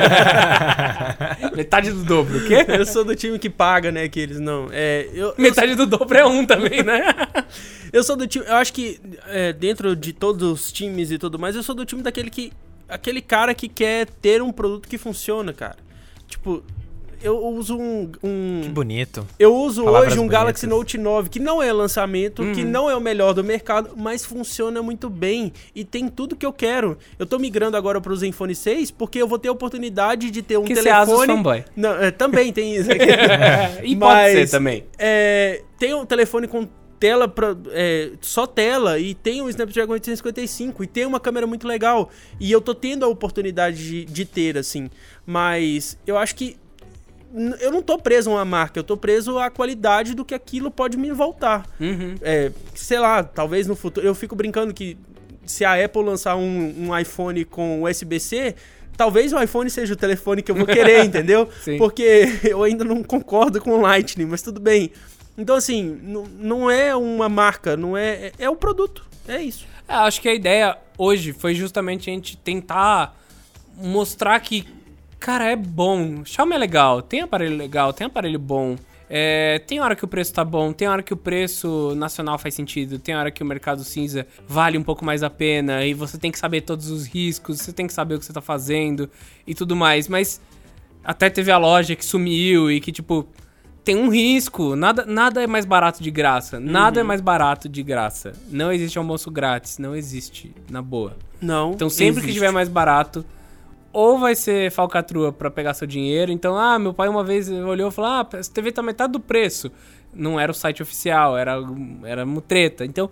Metade do dobro, o quê? Eu sou do time que paga, né? Que eles não... Metade do dobro é um também, né? Eu sou do time... Eu acho que dentro de todos os times e tudo mais, eu sou do time daquele que... Aquele cara que quer ter um produto que funciona, cara. Tipo... Eu uso Que bonito. Eu uso Palavras hoje um bonitas. Galaxy Note 9, que não é lançamento, que não é o melhor do mercado, mas funciona muito bem e tem tudo que eu quero. Eu tô migrando agora pro Zenfone 6 porque eu vou ter a oportunidade de ter um telefone... Que você é Asus fanboy. Não, também tem isso aqui. E pode ser também. Tem um telefone com tela só tela e tem um Snapdragon 855 e tem uma câmera muito legal e eu tô tendo a oportunidade de ter, assim, mas eu acho que eu não tô preso a uma marca, eu tô preso à qualidade do que aquilo pode me voltar. Sei lá, talvez no futuro... Eu fico brincando que se a Apple lançar um iPhone com USB-C, talvez o iPhone seja o telefone que eu vou querer, entendeu? Sim. Porque eu ainda não concordo com o Lightning, mas tudo bem. Então, assim, não é uma marca, não é... É o produto, é isso. Acho que a ideia hoje foi justamente a gente tentar mostrar que, cara, é bom. Xiaomi é legal, tem aparelho bom. Tem hora que o preço tá bom, tem hora que o preço nacional faz sentido, tem hora que o mercado cinza vale um pouco mais a pena e você tem que saber todos os riscos, você tem que saber o que você tá fazendo e tudo mais. Mas até teve a loja que sumiu e que, tipo, tem um risco. Nada é mais barato de graça. Nada é mais barato de graça. Não existe almoço grátis, não existe, na boa. Não. Então sempre que tiver mais barato, ou vai ser falcatrua pra pegar seu dinheiro. Então, meu pai uma vez olhou e falou, essa TV tá metade do preço. Não era o site oficial, era mutreta. Então,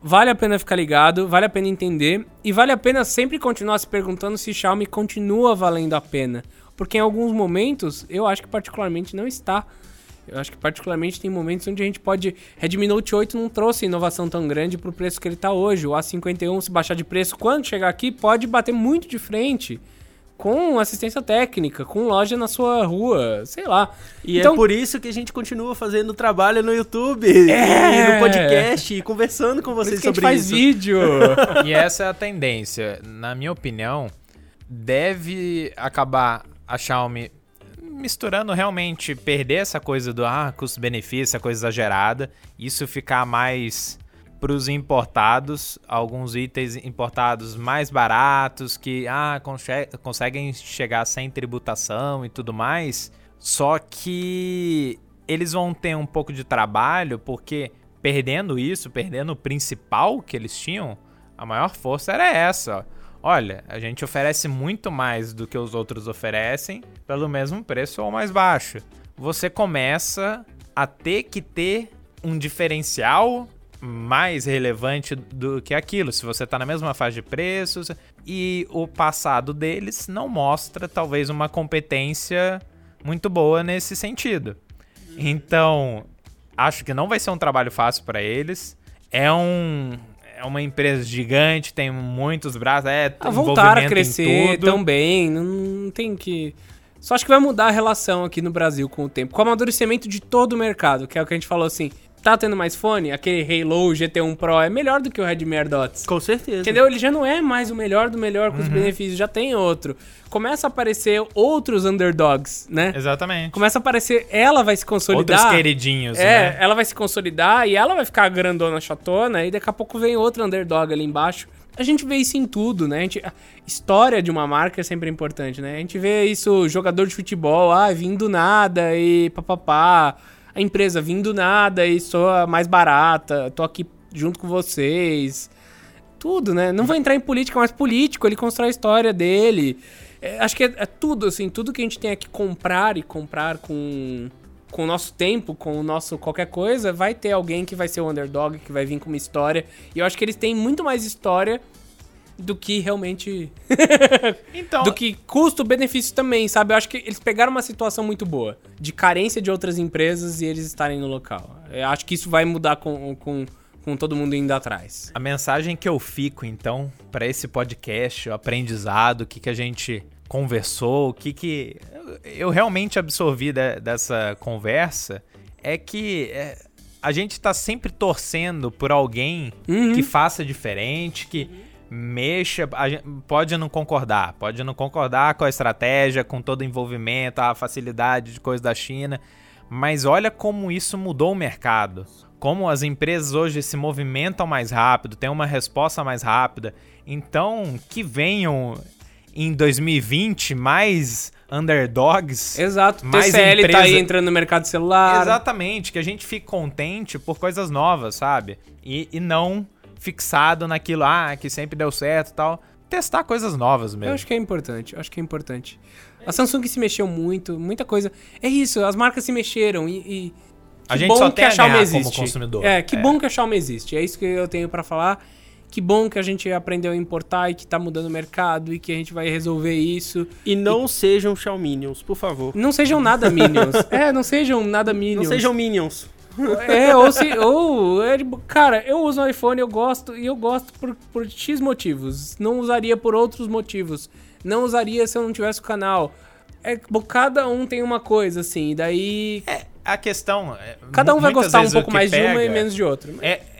vale a pena ficar ligado, vale a pena entender e vale a pena sempre continuar se perguntando se Xiaomi continua valendo a pena. Porque em alguns momentos, eu acho que particularmente não está. Eu acho que particularmente tem momentos onde a gente pode... Redmi Note 8 não trouxe inovação tão grande pro preço que ele tá hoje. O A51, se baixar de preço, quando chegar aqui, pode bater muito de frente com assistência técnica, com loja na sua rua, sei lá. E então, é por isso que a gente continua fazendo trabalho no YouTube e no podcast e conversando com vocês sobre isso. A gente faz vídeo. E essa é a tendência. Na minha opinião, deve acabar a Xiaomi misturando realmente, perder essa coisa do custo-benefício, a coisa exagerada, isso ficar mais para os importados, alguns itens importados mais baratos que conseguem chegar sem tributação e tudo mais, só que eles vão ter um pouco de trabalho, porque perdendo o principal que eles tinham, a maior força era essa, ó. Olha, a gente oferece muito mais do que os outros oferecem pelo mesmo preço ou mais baixo. Você começa a ter que ter um diferencial mais relevante do que aquilo. Se você está na mesma faixa de preços e o passado deles não mostra talvez uma competência muito boa nesse sentido. Então, acho que não vai ser um trabalho fácil para eles. É uma empresa gigante, tem muitos braços, voltar a crescer também, não tem que... Só acho que vai mudar a relação aqui no Brasil com o tempo, com o amadurecimento de todo o mercado, que é o que a gente falou assim, tá tendo mais fone? Aquele Halo GT1 Pro é melhor do que o Redmi AirDots. Com certeza. Entendeu? Ele já não é mais o melhor do melhor com os benefícios, já tem outro. Começa a aparecer outros underdogs, né? Exatamente. Começa a aparecer, ela vai se consolidar. Outros queridinhos, né? Ela vai se consolidar e ela vai ficar grandona, chatona, e daqui a pouco vem outro underdog ali embaixo. A gente vê isso em tudo, né? A história de uma marca é sempre importante, né? A gente vê isso, jogador de futebol, vindo do nada e papapá. A empresa vindo nada e sou a mais barata, tô aqui junto com vocês. Tudo, né? Não vou entrar em política, mas político, ele constrói a história dele. Acho que é tudo, assim, tudo que a gente tem aqui comprar com o nosso tempo, com o nosso qualquer coisa, vai ter alguém que vai ser o underdog, que vai vir com uma história. E eu acho que eles têm muito mais história do que realmente... Então... do que custo-benefício também, sabe? Eu acho que eles pegaram uma situação muito boa, de carência de outras empresas e eles estarem no local. Eu acho que isso vai mudar com todo mundo indo atrás. A mensagem que eu fico, então, para esse podcast, o aprendizado, o que a gente conversou, o que eu realmente absorvi dessa conversa, é que a gente tá sempre torcendo por alguém que faça diferente, que mexa, pode não concordar com a estratégia, com todo o envolvimento, a facilidade de coisa da China, mas olha como isso mudou o mercado, como as empresas hoje se movimentam mais rápido, tem uma resposta mais rápida, então que venham em 2020 mais underdogs. Exato, mais TCL tá aí entrando no mercado celular. Exatamente, que a gente fique contente por coisas novas, sabe? E não fixado naquilo, que sempre deu certo e tal. Testar coisas novas mesmo. Eu acho que é importante, A Samsung se mexeu muito, muita coisa. É isso, as marcas se mexeram e a gente só tem a ganhar como consumidor. Bom que a Xiaomi existe. É isso que eu tenho pra falar. Que bom que a gente aprendeu a importar e que tá mudando o mercado e que a gente vai resolver isso. E não sejam Xiaominions, por favor. Não sejam nada Minions. Não sejam nada Minions. Não sejam Minions. Cara, eu uso um iPhone, eu gosto por X motivos. Não usaria por outros motivos. Não usaria se eu não tivesse o canal. Cada um tem uma coisa, assim, e daí... A questão... Cada um vai gostar um pouco mais de uma e menos de outra.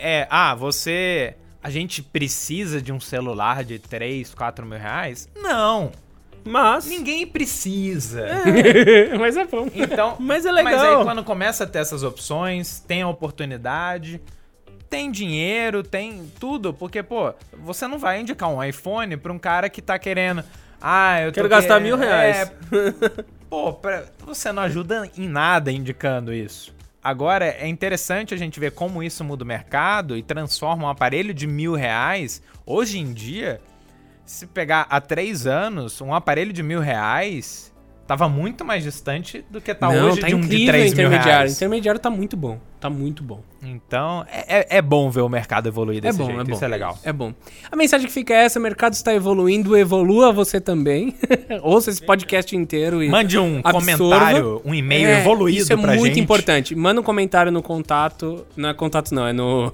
A gente precisa de um celular de 3, 4 mil reais? Não. Mas... ninguém precisa. Mas é bom. Então, mas é legal. Mas aí quando começa a ter essas opções, tem a oportunidade, tem dinheiro, tem tudo. Porque, você não vai indicar um iPhone pra um cara que tá querendo... eu quero gastar R$1.000. Você não ajuda em nada indicando isso. Agora, é interessante a gente ver como isso muda o mercado e transforma um aparelho de R$1.000. Hoje em dia, se pegar há 3 anos, um aparelho de R$1.000 tava muito mais distante do que tá Não, hoje tá de um de incrível 3 mil intermediário. reais. Intermediário tá muito bom. Tá muito bom. Então, é bom ver o mercado evoluir desse jeito. bom. Isso é legal. É bom. A mensagem que fica é essa: o mercado está evoluindo, evolua você também. Ouça esse podcast inteiro e Mande um absorva. comentário, um e-mail evoluído isso é pra gente. muito importante. Manda um comentário no contato. Não é contato, não, é no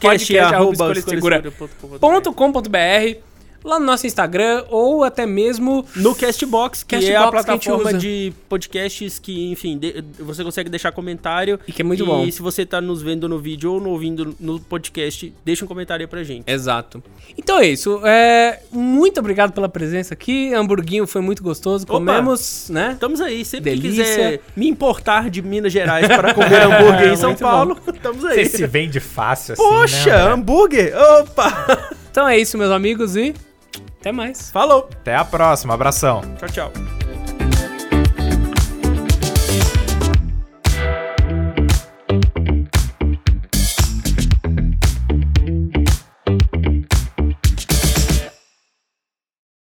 podcast@escolhaesegura.com.br. lá no nosso Instagram ou até mesmo No Castbox, que Castbox é a que a gente plataforma usa. de podcasts que, enfim, você consegue deixar comentário. E que é muito bom. E se você tá nos vendo no vídeo ou ouvindo no podcast, deixa um comentário aí pra gente. Exato. Então é isso. Muito obrigado pela presença aqui. Hamburguinho foi muito gostoso. Opa! Comemos, né? Estamos aí. Sempre Delícia. que quiser me importar de Minas Gerais para comer hambúrguer em São Muito Paulo, estamos aí. Você se vende fácil assim, Poxa, né, André? hambúrguer? Opa! Então é isso, meus amigos, e até mais. Falou. Até a próxima. Abração. Tchau, tchau.